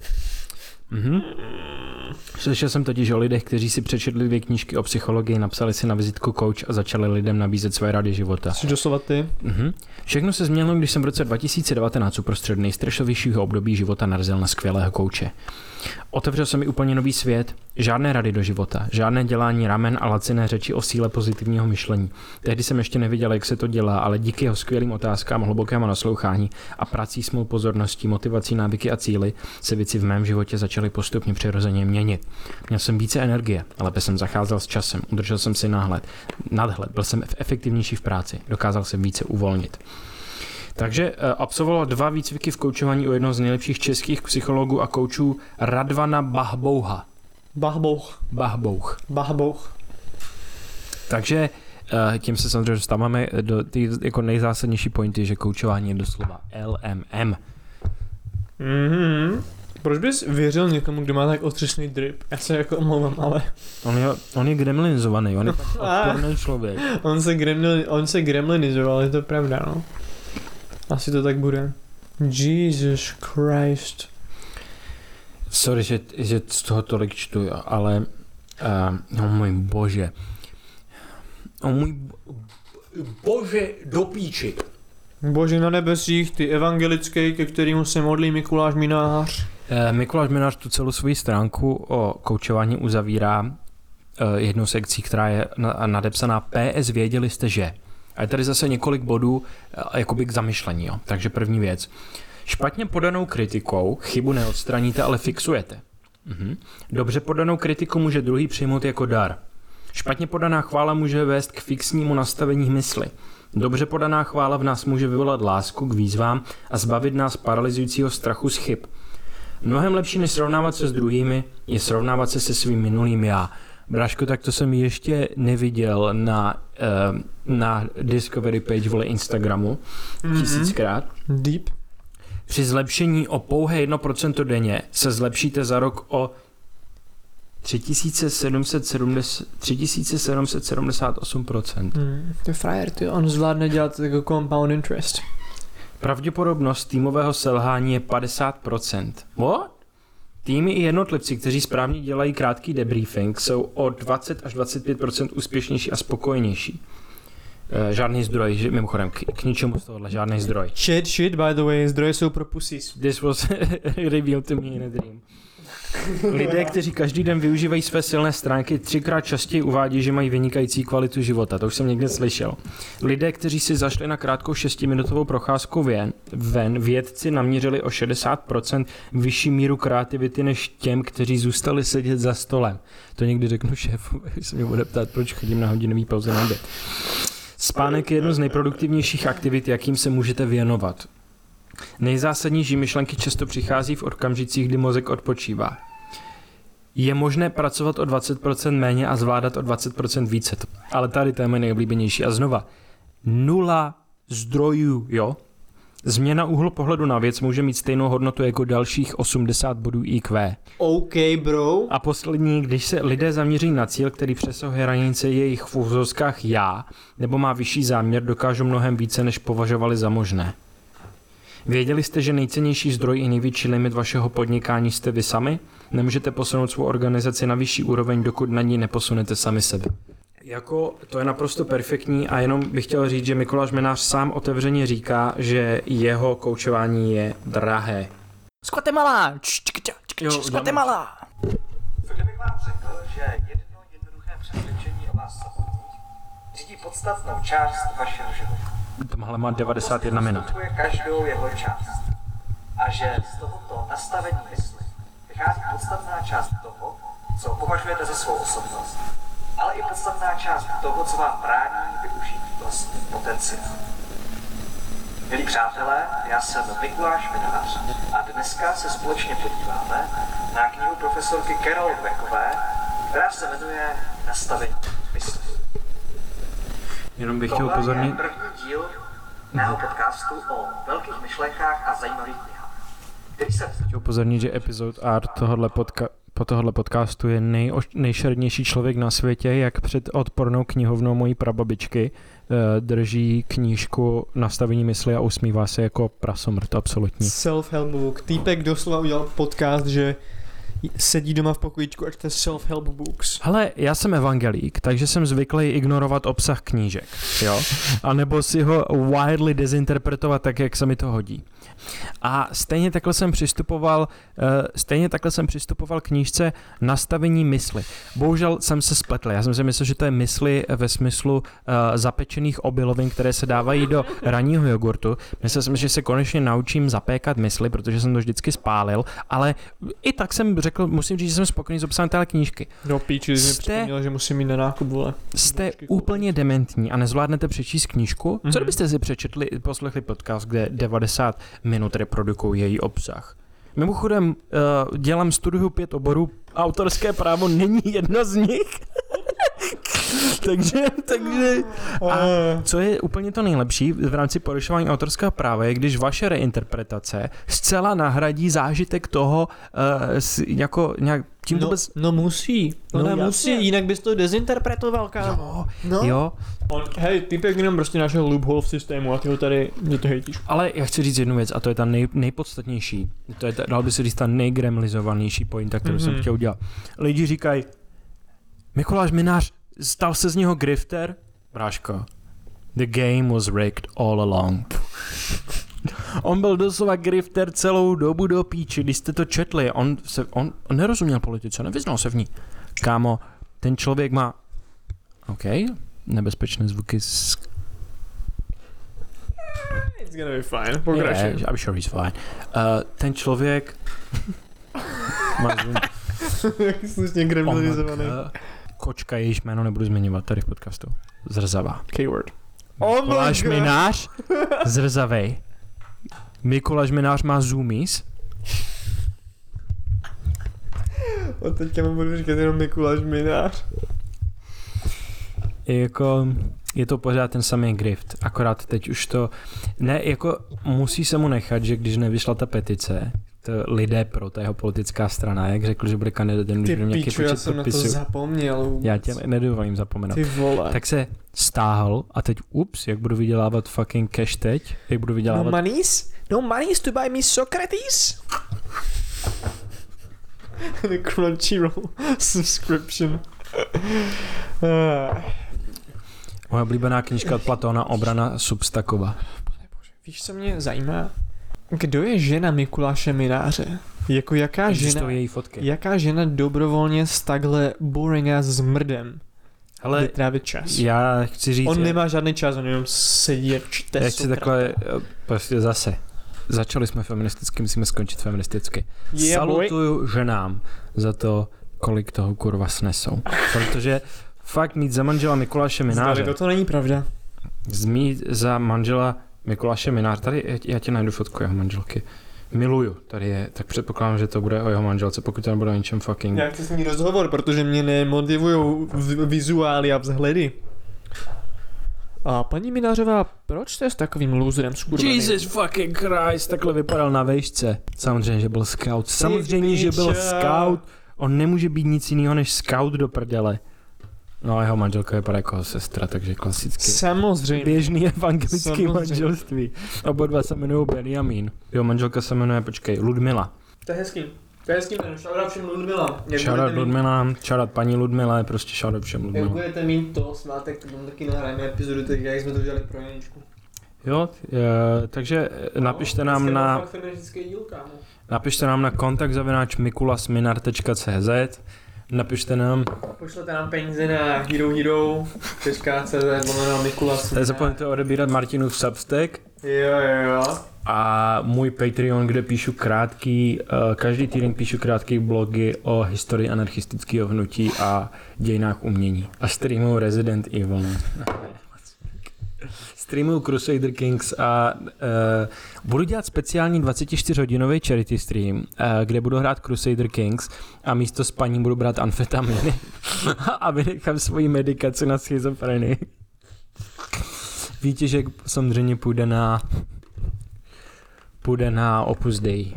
Mhm. Slyšel jsem totiž o lidech, kteří si přečetli dvě knížky o psychologii, napsali si na vizitku coach a začali lidem nabízet své rady života. Jsi doslova ty? Mhm. Všechno se změnilo, když jsem v roce dva tisíce devatenáct uprostřed nejstresovějšího období života narazil na skvělého kouče. Otevřel se mi úplně nový svět, žádné rady do života, žádné dělání ramen a laciné řeči o síle pozitivního myšlení. Tehdy jsem ještě nevěděl, jak se to dělá, ale díky jeho skvělým otázkám, hlubokému naslouchání a prací s mou pozorností, motivací, návyky a cíly se věci v mém životě začaly postupně přirozeně měnit. Měl jsem více energie, lépe jsem zacházel s časem, udržel jsem si náhled, nadhled, byl jsem efektivnější v práci, dokázal jsem více uvolnit. Takže absolvoval dva výcviky v koučování u jednoho z nejlepších českých psychologů a koučů Radvana Bahbouha. Bahbouch. Bahbouch. Bahbouch. Takže tím se samozřejmě dostáváme do ty jako nejzásadnější pointy, že koučování je doslova L M M. Mhm. Proč bys věřil někomu, kdo má tak otřesný drip? Já se jako omlouvám, ale... On je, on je gremlinizovaný, on je tak odporný člověk. On se, gremlin, on se gremlinizoval, je to pravda, no. Asi to tak bude. Jesus Christ. Sorry, že, že z toho tolik čtu, ale... Uh, oh můj bože. Oh můj bože do píči. Bože na nebesích, ty evangelický, ke kterému se modlí Mikuláš Minář. Uh, Mikuláš Minář tu celou svoji stránku o koučování uzavírá uh, jednou sekcí, která je na, nadepsaná P S věděli jste, že. A je tady zase několik bodů uh, jakoby k zamyšlení. Jo. Takže první věc. Špatně podanou kritikou chybu neodstraníte, ale fixujete. Mhm. Dobře podanou kritiku může druhý přijmout jako dar. Špatně podaná chvála může vést k fixnímu nastavení mysli. Dobře podaná chvála v nás může vyvolat lásku k výzvám a zbavit nás paralyzujícího strachu z chyb. Mnohem lepší než srovnávat se s druhými je srovnávat se se svým minulým já. Bráško, tak to jsem ještě neviděl na, uh, na Discovery page vole Instagramu mm-hmm. tisíckrát. Deep. Při zlepšení o pouhé jedno procento denně se zlepšíte za rok o tři tisíce sedm set sedmdesát osm procent. Hmm, to je frajer, ty, on zvládne dělat jako compound interest. Pravděpodobnost týmového selhání je padesát procent. What? Týmy i jednotlivci, kteří správně dělají krátký debriefing, jsou o dvacet až dvacet pět procent úspěšnější a spokojenější. Uh, žádný zdroj, že, mimochodem, k, k ničemu z tohohle, žádný zdroj. Shit, shit, by the way, zdroje jsou pro pussies. This was revealed to me in a dream. Lidé, kteří každý den využívají své silné stránky, třikrát častěji uvádí, že mají vynikající kvalitu života. To už jsem někde slyšel. Lidé, kteří si zašli na krátkou šestiminutovou procházku ven, ven vědci naměřili o šedesát procent vyšší míru kreativity než těm, kteří zůstali sedět za stolem. To někdy řeknu šéfu, když se mě bude ptát, proč chodím na hodinový pauze na oběd. Spánek je jedno z nejproduktivnějších aktivit, jakým se můžete věnovat. Nejzásadnější myšlenky často přichází v okamžicích, kdy mozek odpočívá. Je možné pracovat o dvacet procent méně a zvládat o dvacet procent více. Ale tady to je moje nejoblíbenější. A znova, nula zdrojů, jo? Změna úhlu pohledu na věc může mít stejnou hodnotu jako dalších osmdesát bodů í kvé. OK, bro. A poslední, když se lidé zaměří na cíl, který přesahuje hranice jejich v uvozovkách já, nebo má vyšší záměr, dokážou mnohem více, než považovali za možné. Věděli jste, že nejcennější zdroj i největší limit vašeho podnikání jste vy sami? Nemůžete posunout svou organizaci na vyšší úroveň, dokud na ní neposunete sami sebe. Jako to je naprosto perfektní a jenom bych chtěl říct, že Mikuláš Minář sám otevřeně říká, že jeho koučování je drahé. Z Guatemala! Z Guatemala! Co kdybych vám řekl, že jedno jednoduché přesvědčení o vás samotných řídí podstatnou část vašeho života. Tohle má devadesát jedna minut. Každou jeho část. A že z tohoto nastavení mysli vychází podstatná část toho, co považujete za svou osobnost, ale i podstatná část toho, co vám brání využít vlastní potenciál. Milí přátelé, já jsem Mikuláš Minář a dneska se společně podíváme na knihu profesorky Carol Dweckové, která se jmenuje Nastavení mysli. Jenom bych chtěl upozornit. Tohle je první díl mého podcastu o velkých myšlenkách a zajímavých knihách, který jsem... Chtěl upozornit, že epizod art tohohle podca- po tohohle podcastu je nej- nejšernější člověk na světě, jak před odpornou knihovnou mojí prababičky uh, drží knížku Nastavení mysli a usmívá se jako prasomrt, absolutní. Self-help book. Týpek doslova udělal podcast, že sedí doma v pokojíčku a čte self-help books. Hele, já jsem evangelík, takže jsem zvyklý ignorovat obsah knížek, jo? A nebo si ho widely dezinterpretovat tak, jak se mi to hodí. A stejně takhle jsem přistupoval, uh, stejně takhle jsem přistupoval k knížce Nastavení mysli. Bohužel jsem se spletl. Já jsem si myslel, že to je mysli ve smyslu uh, zapečených obilovin, které se dávají do ranního jogurtu. Myslel jsem, že se konečně naučím zapékat mysli, protože jsem to vždycky spálil, ale i tak jsem řekl, musím říct, že jsem spokojený s obsahem téhle knížky. No píči, jsi mi připomněl, že musím mít na nákup, vole. Jste úplně dementní a nezvládnete přečíst knížku? Mm-hmm. Co kdybyste si přečetli, poslechli podcast, kde devadesát minut reprodukují její obsah? Mimochodem, uh, dělám studiu pět oborů, autorské právo není jedno z nich. takže, takže... A co je úplně to nejlepší v rámci porušování autorského práva je, když vaše reinterpretace zcela nahradí zážitek toho uh, s, jako nějak tím no, vůbec... no musí, No ona jasně. musí, jinak bys to dezinterpretoval, kámo. Jo, no. jo. On, hej, typek jenom prostě našel loophole v systému a ty ho tady do toho hejtíš. Ale já chci říct jednu věc a to je ta nej, nejpodstatnější. To je, ta, dal by se říct, ta nejgremlizovanější pointa, kterou mm-hmm. jsem chtěl udělat. Lidi říkají, Mikuláš Minář, stal se z něho grifter? Bráško, the game was rigged all along. On byl doslova grifter celou dobu do píči, když jste to četli. On, se, on, on nerozuměl politice, nevyznal se v ní. Kámo, ten člověk má... OK, nebezpečné zvuky z... It's gonna be fine, pokračuj. Yeah, I'm sure he's fine. Uh, ten člověk... má zoom. Jak slušně gremlizovaný. Kočka, jejíž jméno nebudu zmiňovat tady v podcastu. Zrzavá. Keyword. Oh Mikuláš Minář, zrzavej. Mikuláš Minář má zoomies. A teďka mu budu říkat jenom Mikuláš Minář. Je jako, je to pořád ten samý grift, akorát teď už to, ne, jako musí se mu nechat, že když nevyšla ta petice, to lidé pro ta jeho politická strana, jak řekl, že bude kandidátem, když bude nějaký počet já jsem podpisů. na to zapomněl. Já tě nedovolím zapomenout. Ty vole. Tak se stáhl a teď ups, jak budu vydělávat fucking cash teď, jak budu vydělávat... No monies? No monies to buy me Socrates? The Crunchyroll subscription. Moje oblíbená knížka od Platona, Obrana Substakova. Víš, co mě zajímá? Kdo je žena Mikuláše Mináře? Jako jaká žena, její fotky. jaká žena dobrovolně s takhle boring ass zmrdem Ale vytrávit čas? já chci říct... On je, nemá žádný čas, on jenom sedí a čte Já chci takhle, prostě zase. Začali jsme feministicky, musíme skončit feministicky. Yeah, Salutuju ženám za to, kolik toho kurva snesou. Protože fakt mít za manžela Mikuláše Mináře. Zdali, to není pravda. Mít za manžela Mikuláše Mináře. Tady já ti najdu fotku jeho manželky. Miluju. Tady je, tak předpokládám, že to bude o jeho manželce, pokud to nebude o ničem fucking... Já chci s ní rozhovor, protože mě nemotivujou vizuály a vzhledy. A paní Minářová, proč jste s takovým loserem skurveným? Jesus fucking Christ, takhle vypadal na vejšce. Samozřejmě, že byl scout. Samozřejmě, že byl scout. On nemůže být nic jiného než scout do prdele. No a jeho manželka vypadá jako sestra, takže klasicky. Samozřejmě. Běžný evangelický Samozřejmě. manželství. Oba dva se jmenují Benjamin. Jeho manželka se jmenuje, počkej, Ludmila. To je hezký. To je hezký jméno. Shoutout všem Ludmila. Shoutout Ludmila, shoutout paní Ludmila, je prostě shoutout všem Jak Ludmila. budete mít to svátek, to taky nahrajeme epizodu, tak jak jsme to dělali pro Janičku. Jo, je, takže napište nám na... Napište nám na kontakt zavináč mikulasminar tečka cé zet. Napište nám... Pošlete nám peníze na hero hero tečka cé zet lomeno Mikulas. Nezapomeňte odebírat Martinův Substack. Jo, jo, jo. A můj Patreon, kde píšu krátký, uh, každý týden píšu krátký blogy o historii anarchistického hnutí a dějinách umění. A streamuju Resident Evil. Streamuju Crusader Kings a uh, budu dělat speciální dvacetičtyřhodinový charity stream, uh, kde budu hrát Crusader Kings a místo spaní budu brát amfetaminy a vynechám svoji medikaci na schizofrenii. Víte, samozřejmě půjde na půjde na Opus Dei.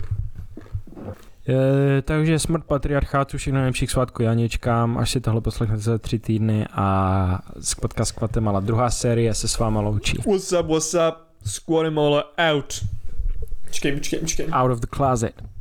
E, takže smrt patriarchátu, všechno nejlepších svátků Janěčkám, až si tohle poslechnete za tři týdny a podcast Guatemala druhá série se s váma loučí. What's up, what's up, Guatemala out. Počkej, počkej, počkej. Out of the closet.